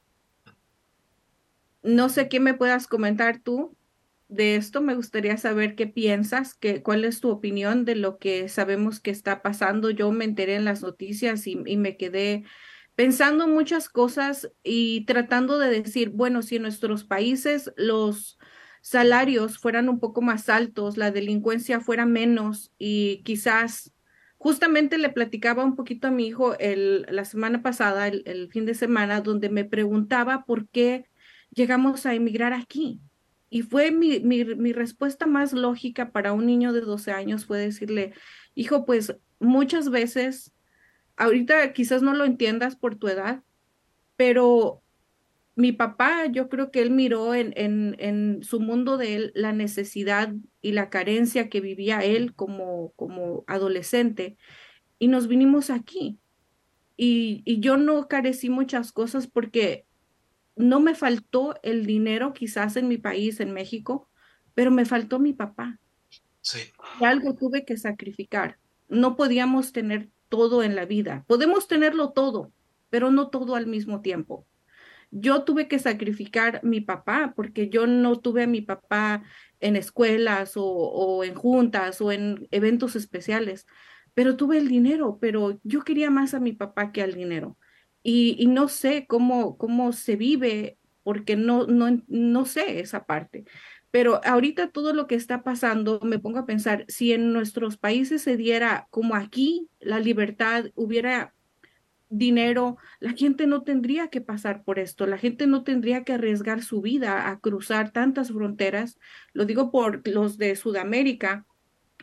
No sé qué me puedas comentar tú de esto. Me gustaría saber qué piensas, qué, cuál es tu opinión de lo que sabemos que está pasando. Yo me enteré en las noticias y, y me quedé pensando muchas cosas y tratando de decir, bueno, si en nuestros países los salarios fueran un poco más altos, la delincuencia fuera menos y quizás justamente le platicaba un poquito a mi hijo el, la semana pasada, el el fin de semana, donde me preguntaba por qué llegamos a emigrar aquí. Y fue mi, mi, mi respuesta más lógica para un niño de doce años fue decirle, hijo, pues muchas veces, ahorita quizás no lo entiendas por tu edad, pero mi papá, yo creo que él miró en, en, en su mundo de él la necesidad y la carencia que vivía él como, como adolescente y nos vinimos aquí. Y, y yo no carecí muchas cosas porque no me faltó el dinero quizás en mi país, en México, pero me faltó mi papá.
sí,
Y algo tuve que sacrificar. No podíamos tener todo en la vida. Podemos tenerlo todo, pero no todo al mismo tiempo. Yo tuve que sacrificar mi papá porque yo no tuve a mi papá en escuelas o, o en juntas o en eventos especiales, pero tuve el dinero, pero yo quería más a mi papá que al dinero. Y, y no sé cómo, cómo se vive porque no, no, no sé esa parte. Pero ahorita todo lo que está pasando, me pongo a pensar, si en nuestros países se diera como aquí la libertad, hubiera dinero, la gente no tendría que pasar por esto, la gente no tendría que arriesgar su vida a cruzar tantas fronteras. Lo digo por los de Sudamérica,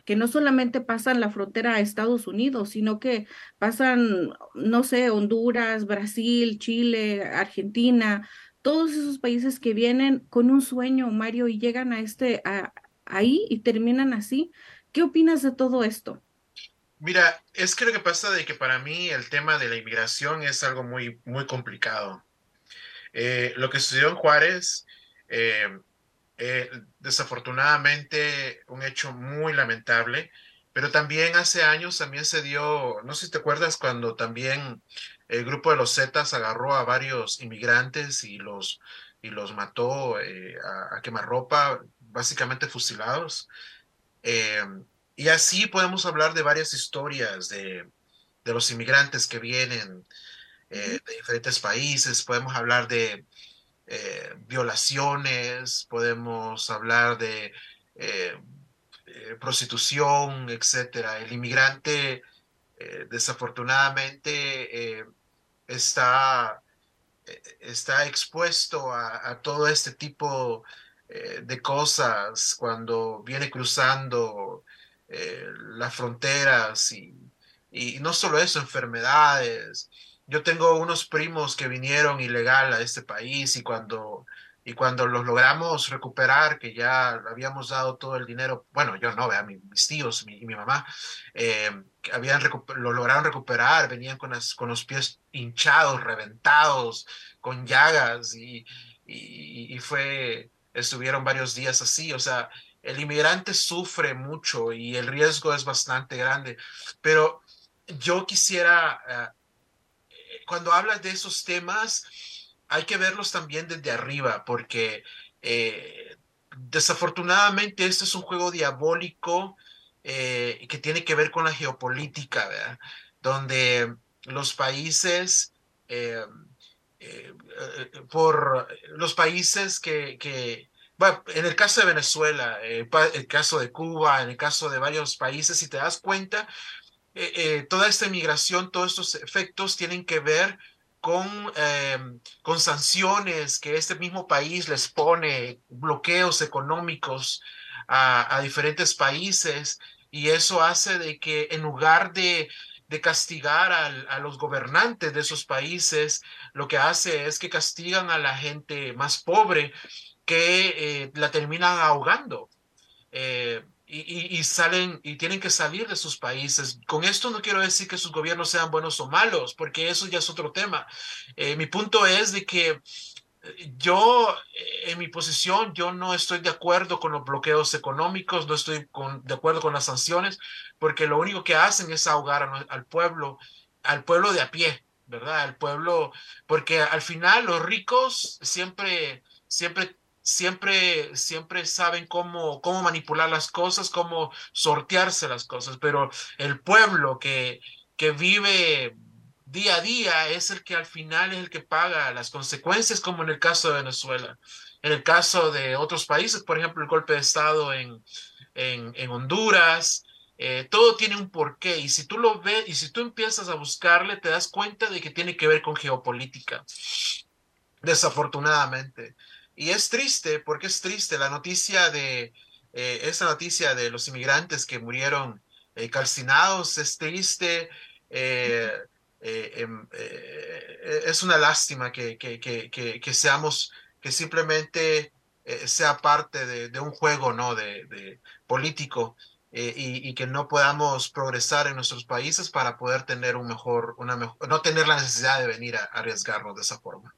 que no solamente pasan la frontera a Estados Unidos, sino que pasan, no sé, Honduras, Brasil, Chile, Argentina, todos esos países que vienen con un sueño, Mario, y llegan a este, a, ahí y terminan así. ¿Qué opinas de todo esto?
Mira, es que lo que pasa de que para mí el tema de la inmigración es algo muy, muy complicado. Eh, lo que sucedió en Juárez, eh, eh, desafortunadamente, un hecho muy lamentable, pero también hace años también se dio, no sé si te acuerdas, cuando también el grupo de los Zetas agarró a varios inmigrantes y los, y los mató eh, a, a quemarropa, básicamente fusilados. Eh, y así podemos hablar de varias historias de, de los inmigrantes que vienen
Ujú.
eh, de diferentes países, podemos hablar de eh, violaciones, podemos hablar de eh, eh, prostitución, etcétera. El inmigrante eh, desafortunadamente eh, está eh, está expuesto a, a todo este tipo eh, de cosas cuando viene cruzando eh, las fronteras y, y no solo eso, enfermedades. Yo tengo unos primos que vinieron ilegal a este país y cuando, y cuando los logramos recuperar, que ya habíamos dado todo el dinero, bueno, yo no, vea, mi- mis tíos mi- y mi mamá, eh, que habían recu- lo lograron recuperar, venían con, las- con los pies hinchados, reventados, con llagas y, y, y fue, estuvieron varios días así, o sea, el inmigrante sufre mucho y el riesgo es bastante grande, pero yo quisiera, uh, cuando hablas de esos temas, hay que verlos también desde arriba, porque eh, desafortunadamente este es un juego diabólico eh, que tiene que ver con la geopolítica, ¿verdad? Donde los países eh, eh, eh, por los países que, que bueno, en el caso de Venezuela, eh, pa- el caso de Cuba, en el caso de varios países, si te das cuenta, eh, eh, toda esta migración, todos estos efectos tienen que ver con, eh, con sanciones que este mismo país les pone, bloqueos económicos a, a diferentes países, y eso hace de que en lugar de, de castigar al- a los gobernantes de esos países, lo que hace es que castigan a la gente más pobre que eh, la terminan ahogando eh, y, y- y salen y tienen que salir de sus países. Con esto no quiero decir que sus gobiernos sean buenos o malos, porque eso ya es otro tema. Eh, mi punto es de que eh, yo, eh, en mi posición, yo no estoy de acuerdo con los bloqueos económicos, no estoy con- de acuerdo con las sanciones, porque lo único que hacen es ahogar a nue- al pueblo, al pueblo de a pie, ¿verdad? Al pueblo, porque al final los ricos siempre, siempre, siempre, siempre saben cómo, cómo manipular las cosas, cómo sortearse las cosas, pero el pueblo que, que vive día a día es el que al final es el que paga las consecuencias, como en el caso de Venezuela. En el caso de otros países, por ejemplo, el golpe de Estado en, en, en Honduras, eh, todo tiene un porqué. Y si tú lo ves y si tú empiezas a buscarle, te das cuenta de que tiene que ver con geopolítica, desafortunadamente. Y es triste, porque es triste la noticia de, eh, esa noticia de los inmigrantes que murieron eh, calcinados, es triste. eh, eh, em, eh, es una lástima que, que, que, que, que seamos, que simplemente eh, sea parte de, de un juego, ¿no? De, de político. eh, y, y que no podamos progresar en nuestros países para poder tener un mejor, una mejor, no tener la necesidad de venir a, a arriesgarnos de esa forma.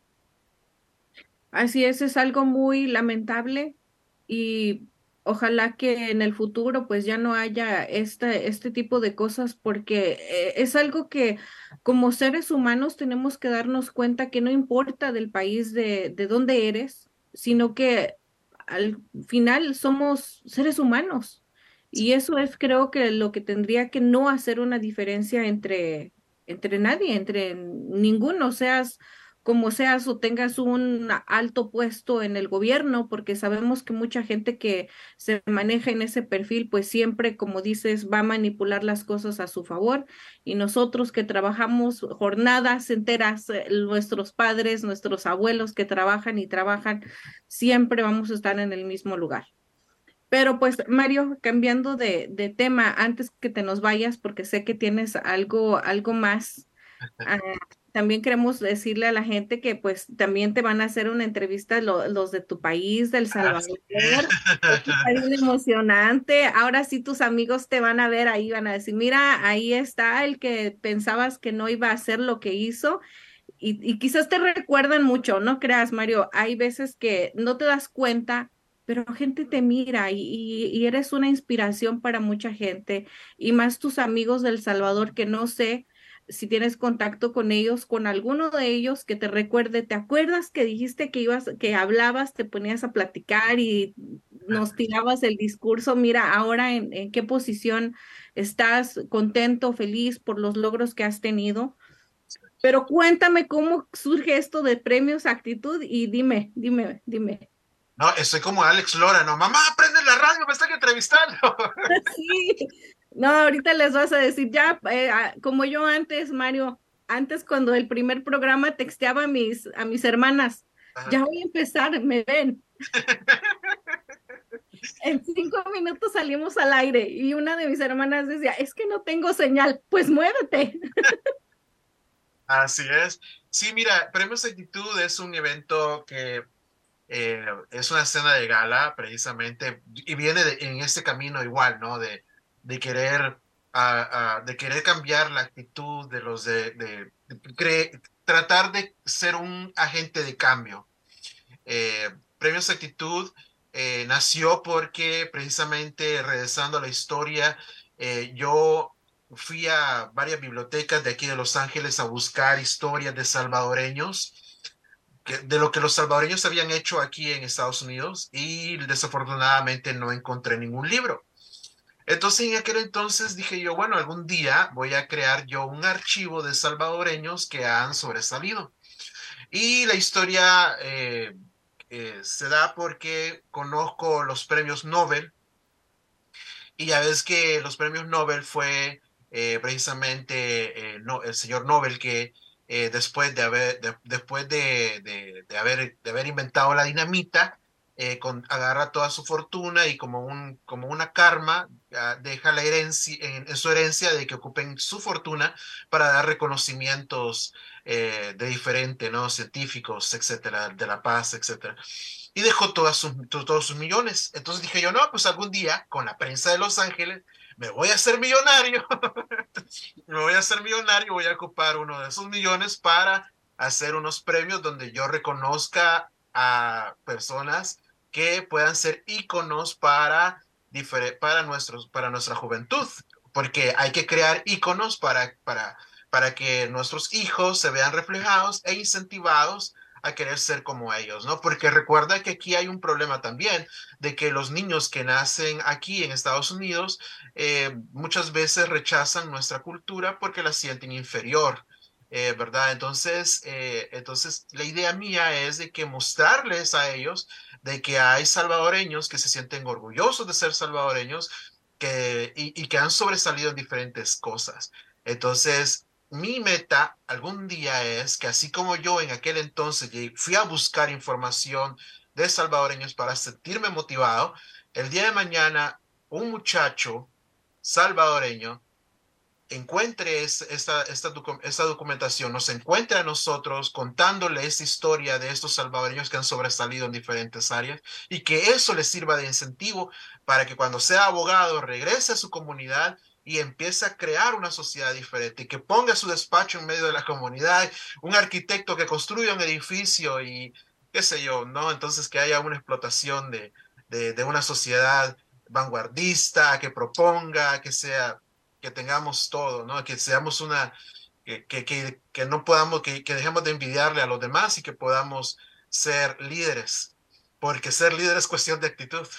Así es, es algo muy lamentable y ojalá que en el futuro pues ya no haya este, este tipo de cosas porque eh, es algo que como seres humanos tenemos que darnos cuenta que no importa del país de, de dónde eres, sino que al final somos seres humanos y eso es creo que lo que tendría que no hacer una diferencia entre, entre nadie, entre ninguno, seas como seas o tengas un alto puesto en el gobierno, porque sabemos que mucha gente que se maneja en ese perfil, pues siempre, como dices, va a manipular las cosas a su favor. Y nosotros que trabajamos jornadas enteras, eh, nuestros padres, nuestros abuelos que trabajan y trabajan, siempre vamos a estar en el mismo lugar. Pero pues, Mario, cambiando de, de tema, antes que te nos vayas, porque sé que tienes algo, algo más. Ah, también queremos decirle a la gente que pues también te van a hacer una entrevista lo- los de tu país, del
Así
Salvador.
es.
Esto está bien emocionante. Ahora sí tus amigos te van a ver ahí, van a decir, mira, ahí está el que pensabas que no iba a hacer lo que hizo. Y, y quizás te recuerdan mucho, no creas, Mario, hay veces que no te das cuenta, pero gente te mira y, y, y eres una inspiración para mucha gente, y más tus amigos del Salvador, que no sé si tienes contacto con ellos, con alguno de ellos que te recuerde. ¿Te acuerdas que dijiste que ibas, que hablabas, te ponías a platicar y nos tirabas el discurso? Mira, ahora en, en qué posición estás, contento, feliz por los logros que has tenido. Pero cuéntame cómo surge esto de premios actitud y dime, dime, dime.
No, estoy como Alex Lora, ¿no? Mamá, prende la radio, me están entrevistando.
Sí, no, ahorita les vas a decir ya, eh, ah, como yo antes, Mario, antes cuando el primer programa texteaba a mis, a mis hermanas,
Ajá.
ya voy a empezar, me ven. En cinco minutos salimos al aire y una de mis hermanas decía, es que no tengo señal, pues muévete.
Así es. Sí, mira, Premios Actitud es un evento que eh, es una escena de gala, precisamente, y viene de- en este camino igual, ¿no? De, de querer, ah, ah, de querer cambiar la actitud de los de, de, de cre- tratar de ser un agente de cambio. Eh, Premios Actitud eh, nació porque precisamente, regresando a la historia, eh, yo fui a varias bibliotecas de aquí de Los Ángeles a buscar historias de salvadoreños, que- de lo que los salvadoreños habían hecho aquí en Estados Unidos, y desafortunadamente no encontré ningún libro. Entonces en aquel entonces dije yo, bueno, algún día voy a crear yo un archivo de salvadoreños que han sobresalido. Y la historia eh, eh, se da porque conozco los premios Nobel, y ya ves que los premios Nobel fue eh, precisamente eh, no, el señor Nobel que eh, después de haber, de- después de, de- de haber, de haber inventado la dinamita, eh, con, agarra toda su fortuna y como, un, como una karma, ah, deja la herencia, en, en su herencia de que ocupen su fortuna para dar reconocimientos eh, de diferente, ¿no? Científicos, etcétera, de la paz, etcétera. Y dejó todas sus, to- todos sus millones. Entonces dije yo, no, pues algún día con la prensa de Los Ángeles me voy a hacer millonario, me voy a hacer millonario, voy a ocupar uno de esos millones para hacer unos premios donde yo reconozca a personas que puedan ser íconos para, difere- para, nuestros, para nuestra juventud, porque hay que crear íconos para, para, para que nuestros hijos se vean reflejados e incentivados a querer ser como ellos, ¿no? Porque recuerda que aquí hay un problema también de que los niños que nacen aquí en Estados Unidos eh, muchas veces rechazan nuestra cultura porque la sienten inferior. Eh, ¿verdad? Entonces, eh, entonces, la idea mía es de que mostrarles a ellos de que hay salvadoreños que se sienten orgullosos de ser salvadoreños, que, y, y que han sobresalido en diferentes cosas. Entonces, mi meta algún día es que así como yo en aquel entonces fui a buscar información de salvadoreños para sentirme motivado, el día de mañana un muchacho salvadoreño encuentre es- esta, esta, docu- esta documentación, nos encuentre a nosotros contándole esta historia de estos salvadoreños que han sobresalido en diferentes áreas, y que eso les sirva de incentivo para que cuando sea abogado regrese a su comunidad y empiece a crear una sociedad diferente, y que ponga su despacho en medio de la comunidad, un arquitecto que construya un edificio y qué sé yo, ¿no? Entonces que haya una explotación de, de, de una sociedad vanguardista, que proponga, que sea, que tengamos todo, ¿no? Que seamos una, que, que, que, que no podamos, que, que dejemos de envidiarle a los demás y que podamos ser líderes, porque ser líder es cuestión de actitud.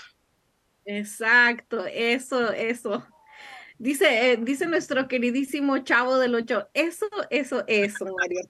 Exacto, eso, eso. Dice, eh, dice nuestro queridísimo Chavo del Ocho, eso, eso, eso, Mario.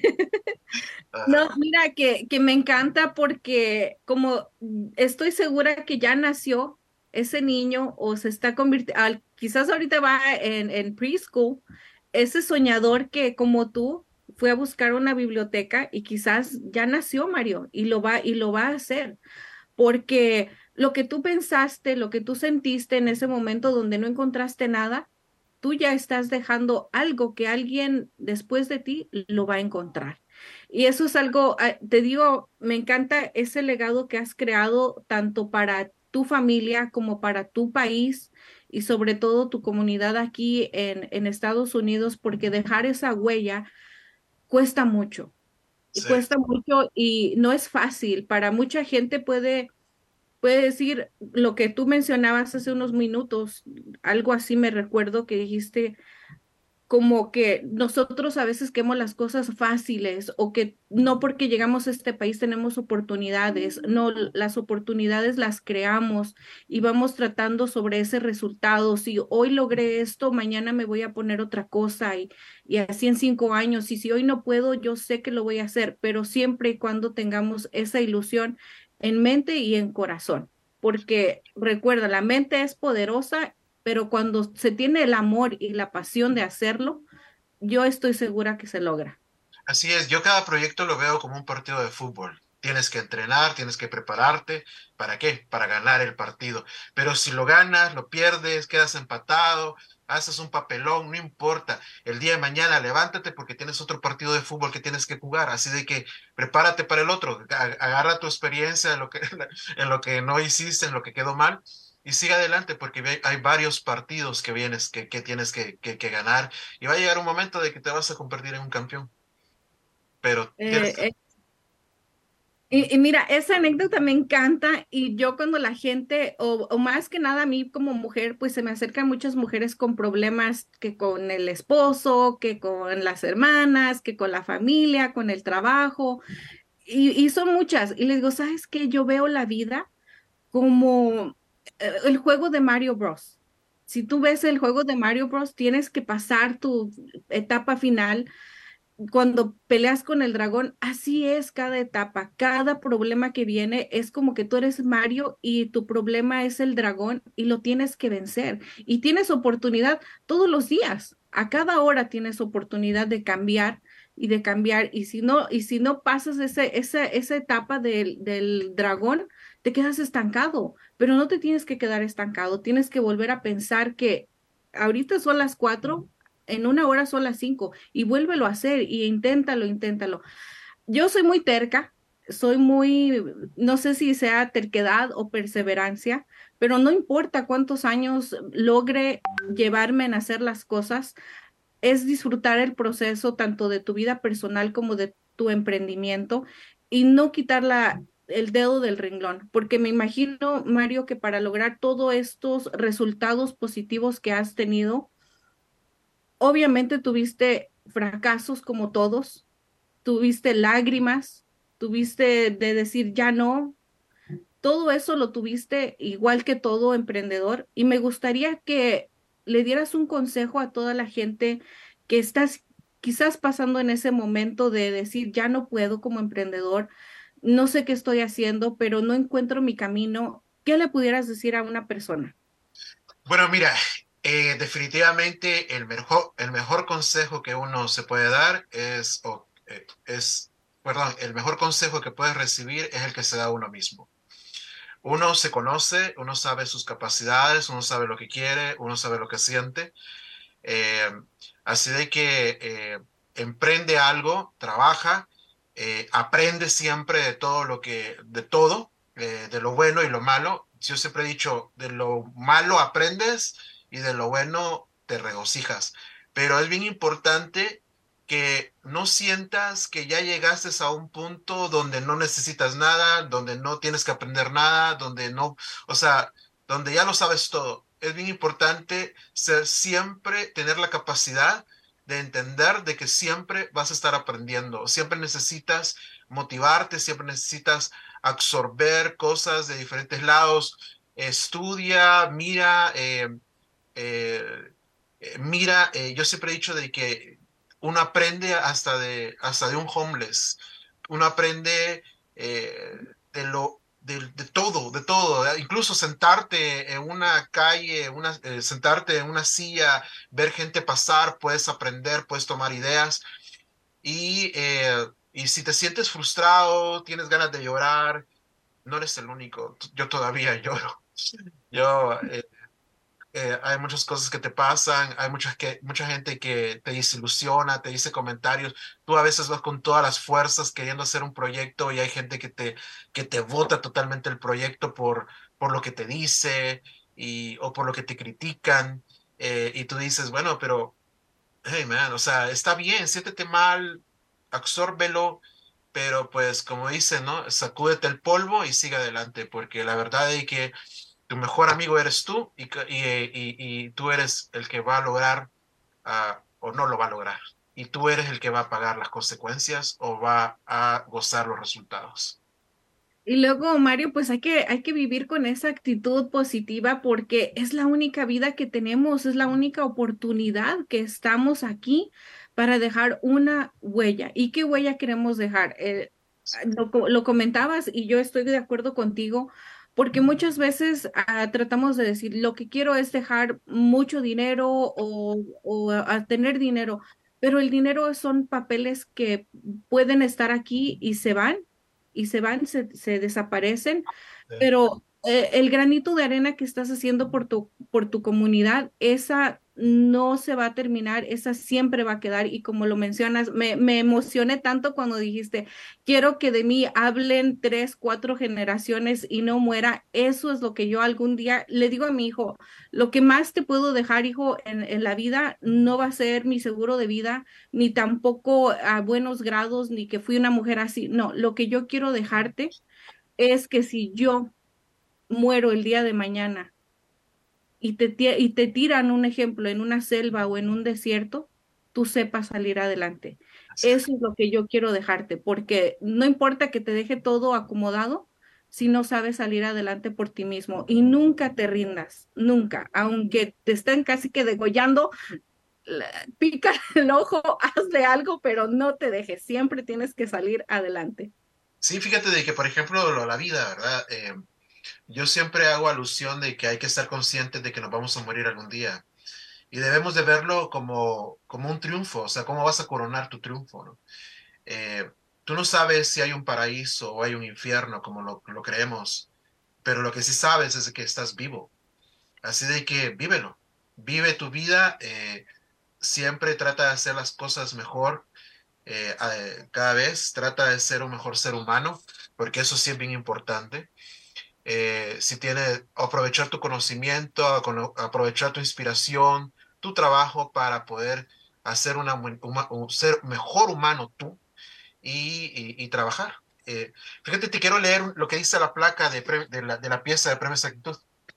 No,
Ajá.
mira, que, que me encanta porque como estoy segura que ya nació ese niño o se está convirtiendo, quizás ahorita va en, en preschool, ese soñador que como tú fue a buscar una biblioteca y quizás ya nació, Mario, y lo va, y lo va a hacer porque lo que tú pensaste, lo que tú sentiste en ese momento donde no encontraste nada, tú ya estás dejando algo que alguien después de ti lo va a encontrar. Y eso es algo, ah, te digo, me encanta ese legado que has creado tanto para tu familia como para tu país y sobre todo tu comunidad aquí en, en Estados Unidos, porque dejar esa huella cuesta mucho y
Sí.
cuesta mucho y no es fácil. Para mucha gente puede, puede decir lo que tú mencionabas hace unos minutos, algo así me recuerdo que dijiste como que nosotros a veces queremos las cosas fáciles o que no porque llegamos a este país tenemos oportunidades, no, las oportunidades las creamos y vamos tratando sobre ese resultado. Si hoy logré esto, mañana me voy a poner otra cosa y, y así en cinco años. Y si hoy no puedo, yo sé que lo voy a hacer, pero siempre y cuando tengamos esa ilusión en mente y en corazón. Porque recuerda, la mente es poderosa, pero cuando se tiene el amor y la pasión de hacerlo, yo estoy segura que se logra.
Así es, yo cada proyecto lo veo como un partido de fútbol. Tienes que entrenar, tienes que prepararte. ¿Para qué? Para ganar el partido. Pero si lo ganas, lo pierdes, quedas empatado, haces un papelón, no importa. El día de mañana levántate porque tienes otro partido de fútbol que tienes que jugar. Así de que prepárate para el otro. A- Agarra tu experiencia en lo que, en lo que no hiciste, en lo que quedó mal. Y sigue adelante porque ve- hay varios partidos que vienes, que, que tienes que, que, que ganar. Y va a llegar un momento de que te vas a convertir en un campeón, pero tienes
Eh,
que...
eh, y, y mira, esa anécdota me encanta y yo cuando la gente, o, o más que nada a mí como mujer, pues se me acercan muchas mujeres con problemas que con el esposo, que con las hermanas, que con la familia, con el trabajo, y, y son muchas. Y les digo, ¿sabes qué? Yo veo la vida como eh, el juego de Mario Bros. Si tú ves el juego de Mario Bros, tienes que pasar tu etapa final cuando peleas con el dragón. Así es cada etapa, cada problema que viene es como que tú eres Mario y tu problema es el dragón y lo tienes que vencer. Y tienes oportunidad todos los días, a cada hora tienes oportunidad de cambiar y de cambiar. Y si no, y si no pasas ese, esa, esa etapa del, del dragón, te quedas estancado, pero no te tienes que quedar estancado, tienes que volver a pensar que ahorita son las cuatro, en una hora son las cinco y vuélvelo a hacer y inténtalo, inténtalo. Yo soy muy terca, soy muy, no sé si sea terquedad o perseverancia, pero no importa cuántos años logre llevarme en hacer las cosas, es disfrutar el proceso tanto de tu vida personal como de tu emprendimiento y no quitar la, el dedo del renglón, porque me imagino, Mario, que para lograr todos estos resultados positivos que has tenido, obviamente tuviste fracasos como todos, tuviste lágrimas, tuviste de decir ya no, todo eso lo tuviste igual que todo emprendedor y me gustaría que le dieras un consejo a toda la gente que estás quizás pasando en ese momento de decir ya no puedo como emprendedor, no sé qué estoy haciendo, pero no encuentro mi camino. ¿Qué le pudieras decir a una persona?
Bueno, mira, eh, definitivamente el mejor, el mejor consejo que uno se puede dar es, o, eh, es, perdón, el mejor consejo que puedes recibir es el que se da a uno mismo. Uno se conoce, uno sabe sus capacidades, uno sabe lo que quiere, uno sabe lo que siente. Eh, Así de que eh, emprende algo, trabaja, eh, aprende siempre de todo lo que, de todo, eh, de lo bueno y lo malo. Yo siempre he dicho, de lo malo aprendes y de lo bueno te regocijas. Pero es bien importante que no sientas que ya llegaste a un punto donde no necesitas nada, donde no tienes que aprender nada, donde no, o sea, donde ya lo sabes todo. Es bien importante ser siempre, tener la capacidad de entender de que siempre vas a estar aprendiendo, siempre necesitas motivarte, siempre necesitas absorber cosas de diferentes lados. Estudia, mira, eh, eh, eh, mira, eh, yo siempre he dicho de que uno aprende hasta de, hasta de un homeless, uno aprende eh, de lo, de, de todo, de todo, ¿eh? Incluso sentarte en una calle, una, eh, sentarte en una silla, ver gente pasar, puedes aprender, puedes tomar ideas y, eh, y si te sientes frustrado, tienes ganas de llorar, no eres el único, yo todavía lloro. Yo, eh, eh, hay muchas cosas que te pasan, hay muchas que, mucha gente que te desilusiona, te dice comentarios. Tú a veces vas con todas las fuerzas queriendo hacer un proyecto y hay gente que te, que te bota totalmente el proyecto por, por lo que te dice y, o por lo que te critican. Eh, y tú dices, bueno, pero, hey, man, o sea, está bien, siéntete mal, absórbelo, pero pues como dicen, ¿no? Sacúdete el polvo y sigue adelante, porque la verdad es que tu mejor amigo eres tú y, y, y, y tú eres el que va a lograr uh, o no lo va a lograr. Y tú eres el que va a pagar las consecuencias o va a gozar los resultados.
Y luego, Mario, pues hay que, hay que vivir con esa actitud positiva porque es la única vida que tenemos, es la única oportunidad que estamos aquí para dejar una huella. ¿Y qué huella queremos dejar? Eh, lo, co- lo comentabas y yo estoy de acuerdo contigo porque muchas veces ah, tratamos de decir, lo que quiero es dejar mucho dinero o, o a tener dinero, pero el dinero son papeles que pueden estar aquí y se van y se van, se, se desaparecen,
Sí.
pero eh, el granito de arena que estás haciendo por tu, por tu comunidad, esa no se va a terminar, esa siempre va a quedar y como lo mencionas, me, me emocioné tanto cuando dijiste, quiero que de mí hablen tres, cuatro generaciones y no muera, eso es lo que yo algún día le digo a mi hijo, lo que más te puedo dejar, hijo, en, en la vida no va a ser mi seguro de vida ni tampoco a buenos grados, ni que fui una mujer así. No, lo que yo quiero dejarte es que si yo muero el día de mañana y te, ti- y te tiran un ejemplo en una selva o en un desierto, tú sepas salir adelante. Eso es lo que yo quiero dejarte, porque no importa que te deje todo acomodado si no sabes salir adelante por ti mismo y nunca te rindas, nunca, aunque te estén casi que degollando, la- pica el ojo, hazle algo, pero no te dejes, siempre tienes que salir adelante.
Sí, fíjate de que, por ejemplo, lo- la vida, ¿verdad? Eh, yo siempre hago alusión de que hay que estar conscientes de que nos vamos a morir algún día y debemos de verlo como, como un triunfo, o sea, cómo vas a coronar tu triunfo, ¿no? Eh, tú no sabes si hay un paraíso o hay un infierno como lo, lo creemos, pero lo que sí sabes es que estás vivo. Así de que vívelo, vive tu vida, eh, siempre trata de hacer las cosas mejor, eh, eh, cada vez trata de ser un mejor ser humano, porque eso sí es bien importante. Eh, si tienes, aprovechar tu conocimiento, a cono- aprovechar tu inspiración, tu trabajo para poder hacer una, buen- uma- un ser mejor humano tú y, y- y trabajar. Eh, fíjate, te quiero leer lo que dice la placa de, pre- de la, de la pieza de Premios Actitud.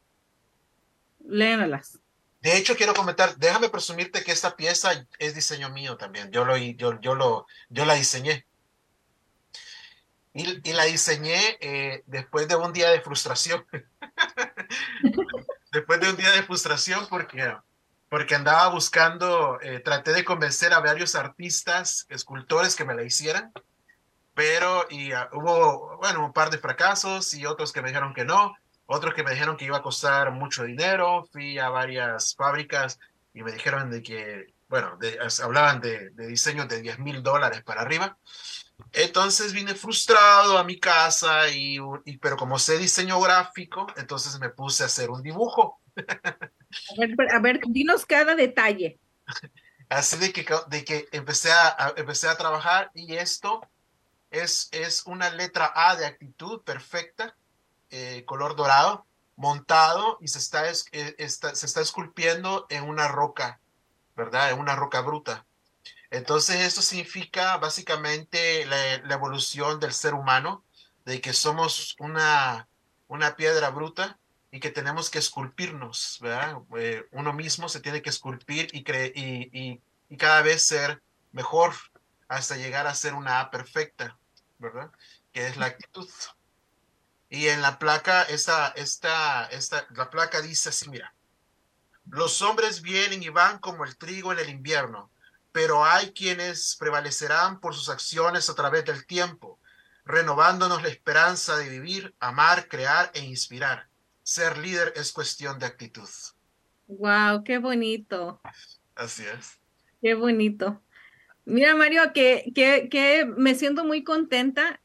Léelas.
De hecho, quiero comentar, déjame presumirte que esta pieza es diseño mío también. Yo lo, yo, yo lo, yo la diseñé. Y, y la diseñé eh, después de un día de frustración. Después de un día de frustración porque, porque andaba buscando, eh, traté de convencer a varios artistas, escultores que me la hicieran, pero y, uh, hubo, bueno, un par de fracasos y otros que me dijeron que no, otros que me dijeron que iba a costar mucho dinero. Fui a varias fábricas y me dijeron de que, bueno, de, hablaban de, de diseños de diez mil dólares para arriba. Entonces vine frustrado a mi casa, y, y, pero como sé diseño gráfico, entonces me puse a hacer un dibujo.
A ver, a ver, dinos cada detalle.
Así de que, de que empecé, a, a- empecé a trabajar y esto es, es una letra A de actitud perfecta, eh, color dorado, montado y se está, es- eh, está- se está esculpiendo en una roca, ¿verdad? En una roca bruta. Entonces, esto significa básicamente la, la evolución del ser humano, de que somos una, una piedra bruta y que tenemos que esculpirnos, ¿verdad? Eh, uno mismo se tiene que esculpir y, cre y, y, y cada vez ser mejor hasta llegar a ser una A perfecta, ¿verdad? Que es la actitud. Y en la placa, esta, esta, esta, la placa dice así, mira. Los hombres vienen y van como el trigo en el invierno, pero hay quienes prevalecerán por sus acciones a través del tiempo, renovándonos la esperanza de vivir, amar, crear e inspirar. Ser líder es cuestión de actitud.
Wow, qué bonito,
Así es.
qué bonito. Mira, Mario, que, que, que me siento muy contenta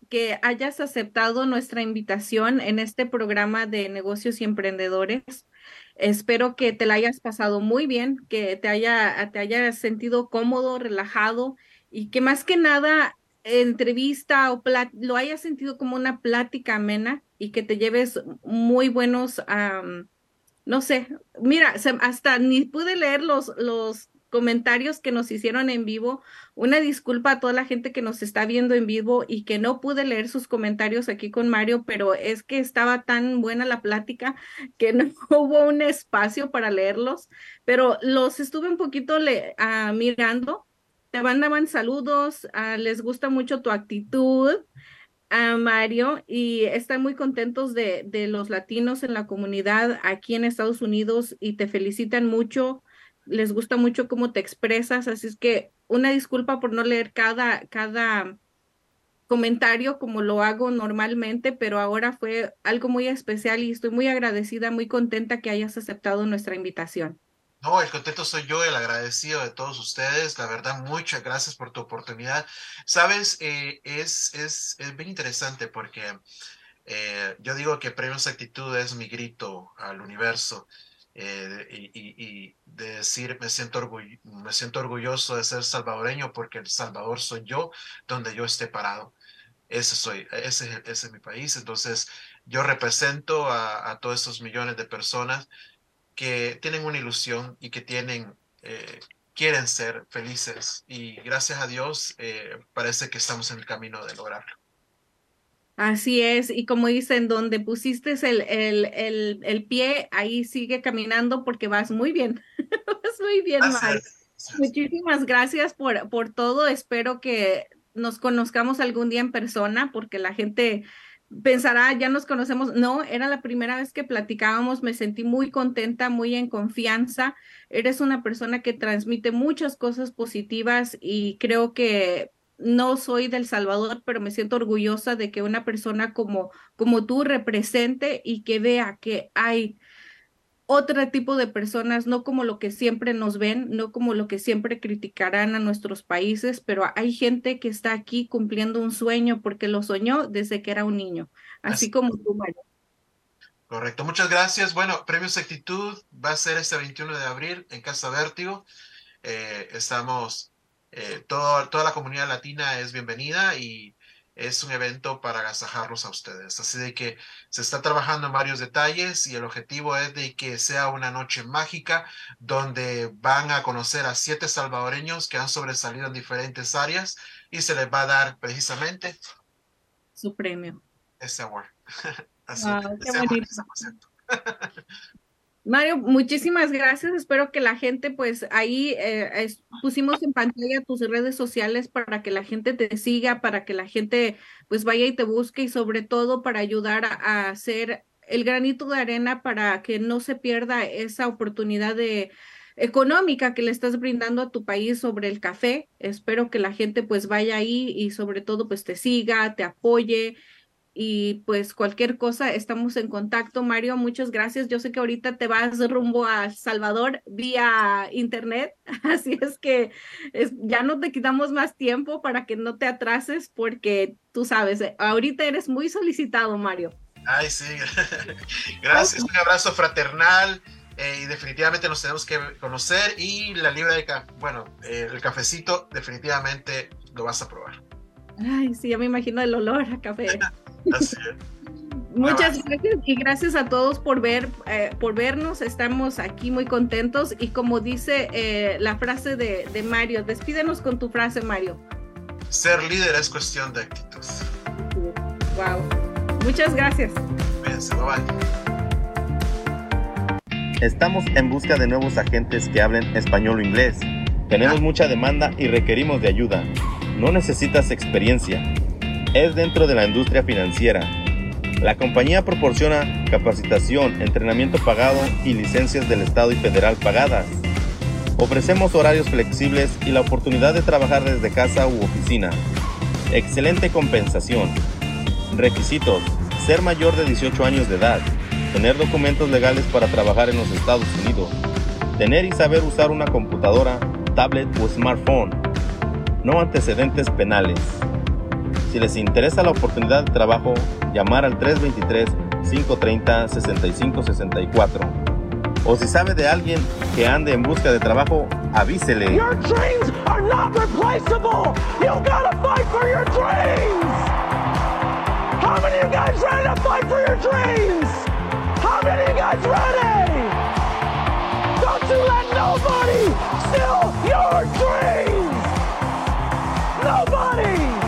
que hayas aceptado nuestra invitación en este programa de negocios y emprendedores. Espero que te la hayas pasado muy bien, que te haya, te hayas sentido cómodo, relajado y que más que nada entrevista o plat- lo hayas sentido como una plática amena y que te lleves muy buenos, am, no sé, mira, se- hasta ni pude leer los, los comentarios que nos hicieron en vivo. Una disculpa a toda la gente que nos está viendo en vivo y que no pude leer sus comentarios aquí con Mario, pero es que estaba tan buena la plática que no hubo un espacio para leerlos, pero los estuve un poquito le- ah, mirando. Te mandaban saludos, ah, les gusta mucho tu actitud, a Mario, y están muy contentos de, de los latinos en la comunidad aquí en Estados Unidos y te felicitan mucho, les gusta mucho cómo te expresas, así es que una disculpa por no leer cada, cada comentario como lo hago normalmente, pero ahora fue algo muy especial y estoy muy agradecida, muy contenta que hayas aceptado nuestra invitación.
No, el contento soy yo, el agradecido de todos ustedes. La verdad, muchas gracias por tu oportunidad. Sabes, Eh, es, es, es bien interesante porque eh, yo digo que Premios Actitud es mi grito al universo, eh, y, y- y de decir me siento, orgull- me siento orgulloso de ser salvadoreño porque El Salvador soy yo donde yo esté parado. Ese soy, ese, es- ese es mi país. Entonces, yo represento a, a todos esos millones de personas que tienen una ilusión y que tienen, eh, quieren ser felices. Y gracias a Dios, eh, parece que estamos en el camino de lograrlo.
Así es, y como dicen, donde pusiste el, el, el, el pie, ahí sigue caminando porque vas muy bien, vas muy bien, Mario.
Gracias. Gracias.
Muchísimas gracias por, por todo. Espero que nos conozcamos algún día en persona, porque la gente pensará, ya nos conocemos. No, era la primera vez que platicábamos, me sentí muy contenta, muy en confianza. Eres una persona que transmite muchas cosas positivas y creo que no soy del Salvador, pero me siento orgullosa de que una persona como, como tú represente y que vea que hay otro tipo de personas, no como lo que siempre nos ven, no como lo que siempre criticarán a nuestros países, pero hay gente que está aquí cumpliendo un sueño porque lo soñó desde que era un niño, así
Así,
como tú, Mario.
correcto. Muchas gracias. Bueno, Premios Actitud va a ser este veintiuno de abril en Casa Vértigo. Eh, estamos, eh, todo- toda la comunidad latina es bienvenida y es un evento para agasajarlos a ustedes. Así de que se está trabajando en varios detalles y el objetivo es de que sea una noche mágica donde van a conocer a siete salvadoreños que han sobresalido en diferentes áreas y se les va a dar precisamente
Su premio.
ese award. Así,
Wow, qué
ese award,
bonito.
ese concepto.
Mario, muchísimas gracias. Espero que la gente, pues ahí eh, es- pusimos en pantalla tus redes sociales para que la gente te siga, para que la gente pues vaya y te busque y sobre todo para ayudar a, a hacer el granito de arena para que no se pierda esa oportunidad de económica que le estás brindando a tu país sobre el café. Espero que la gente pues vaya ahí y sobre todo pues te siga, te apoye y pues cualquier cosa, estamos en contacto. Mario, muchas gracias. Yo sé que ahorita te vas rumbo a El Salvador vía internet, así es que es, ya no te quitamos más tiempo para que no te atrases porque tú sabes, eh, ahorita eres muy solicitado, Mario.
Ay, sí. Gracias,
Ok.
un abrazo fraternal, eh, y definitivamente nos tenemos que conocer y la libra de café, bueno, eh, el cafecito definitivamente lo vas a probar.
Ay, sí, ya me imagino el olor a café.
Así es. Un
Muchas
abrazo.
gracias y gracias a todos por ver, eh, por vernos. Estamos aquí muy contentos y como dice eh, la frase de, de Mario, despídenos con tu frase, Mario.
Ser líder es cuestión de actitud.
Wow. Muchas gracias.
Cuídense, bye bye.
Estamos en busca de nuevos agentes que hablen español o inglés. Tenemos mucha demanda y requerimos de ayuda. No necesitas experiencia. Es dentro de la industria financiera. La compañía proporciona capacitación, entrenamiento pagado y licencias del Estado y federal pagadas. Ofrecemos horarios flexibles y la oportunidad de trabajar desde casa u oficina. Excelente compensación. Requisitos: ser mayor de dieciocho años de edad, tener documentos legales para trabajar en los Estados Unidos, tener y saber usar una computadora, tablet o smartphone, no antecedentes penales. Si les interesa la oportunidad de trabajo, llamar al tres dos tres, cinco tres cero, seis cinco seis cuatro. O si sabe de alguien que ande en busca de trabajo, avísele.
Your dreams are not replaceable. You gotta fight for your dreams. How many of you guys ready to fight for your dreams? How many of you guys ready? Don't you let nobody steal your dreams. Nobody.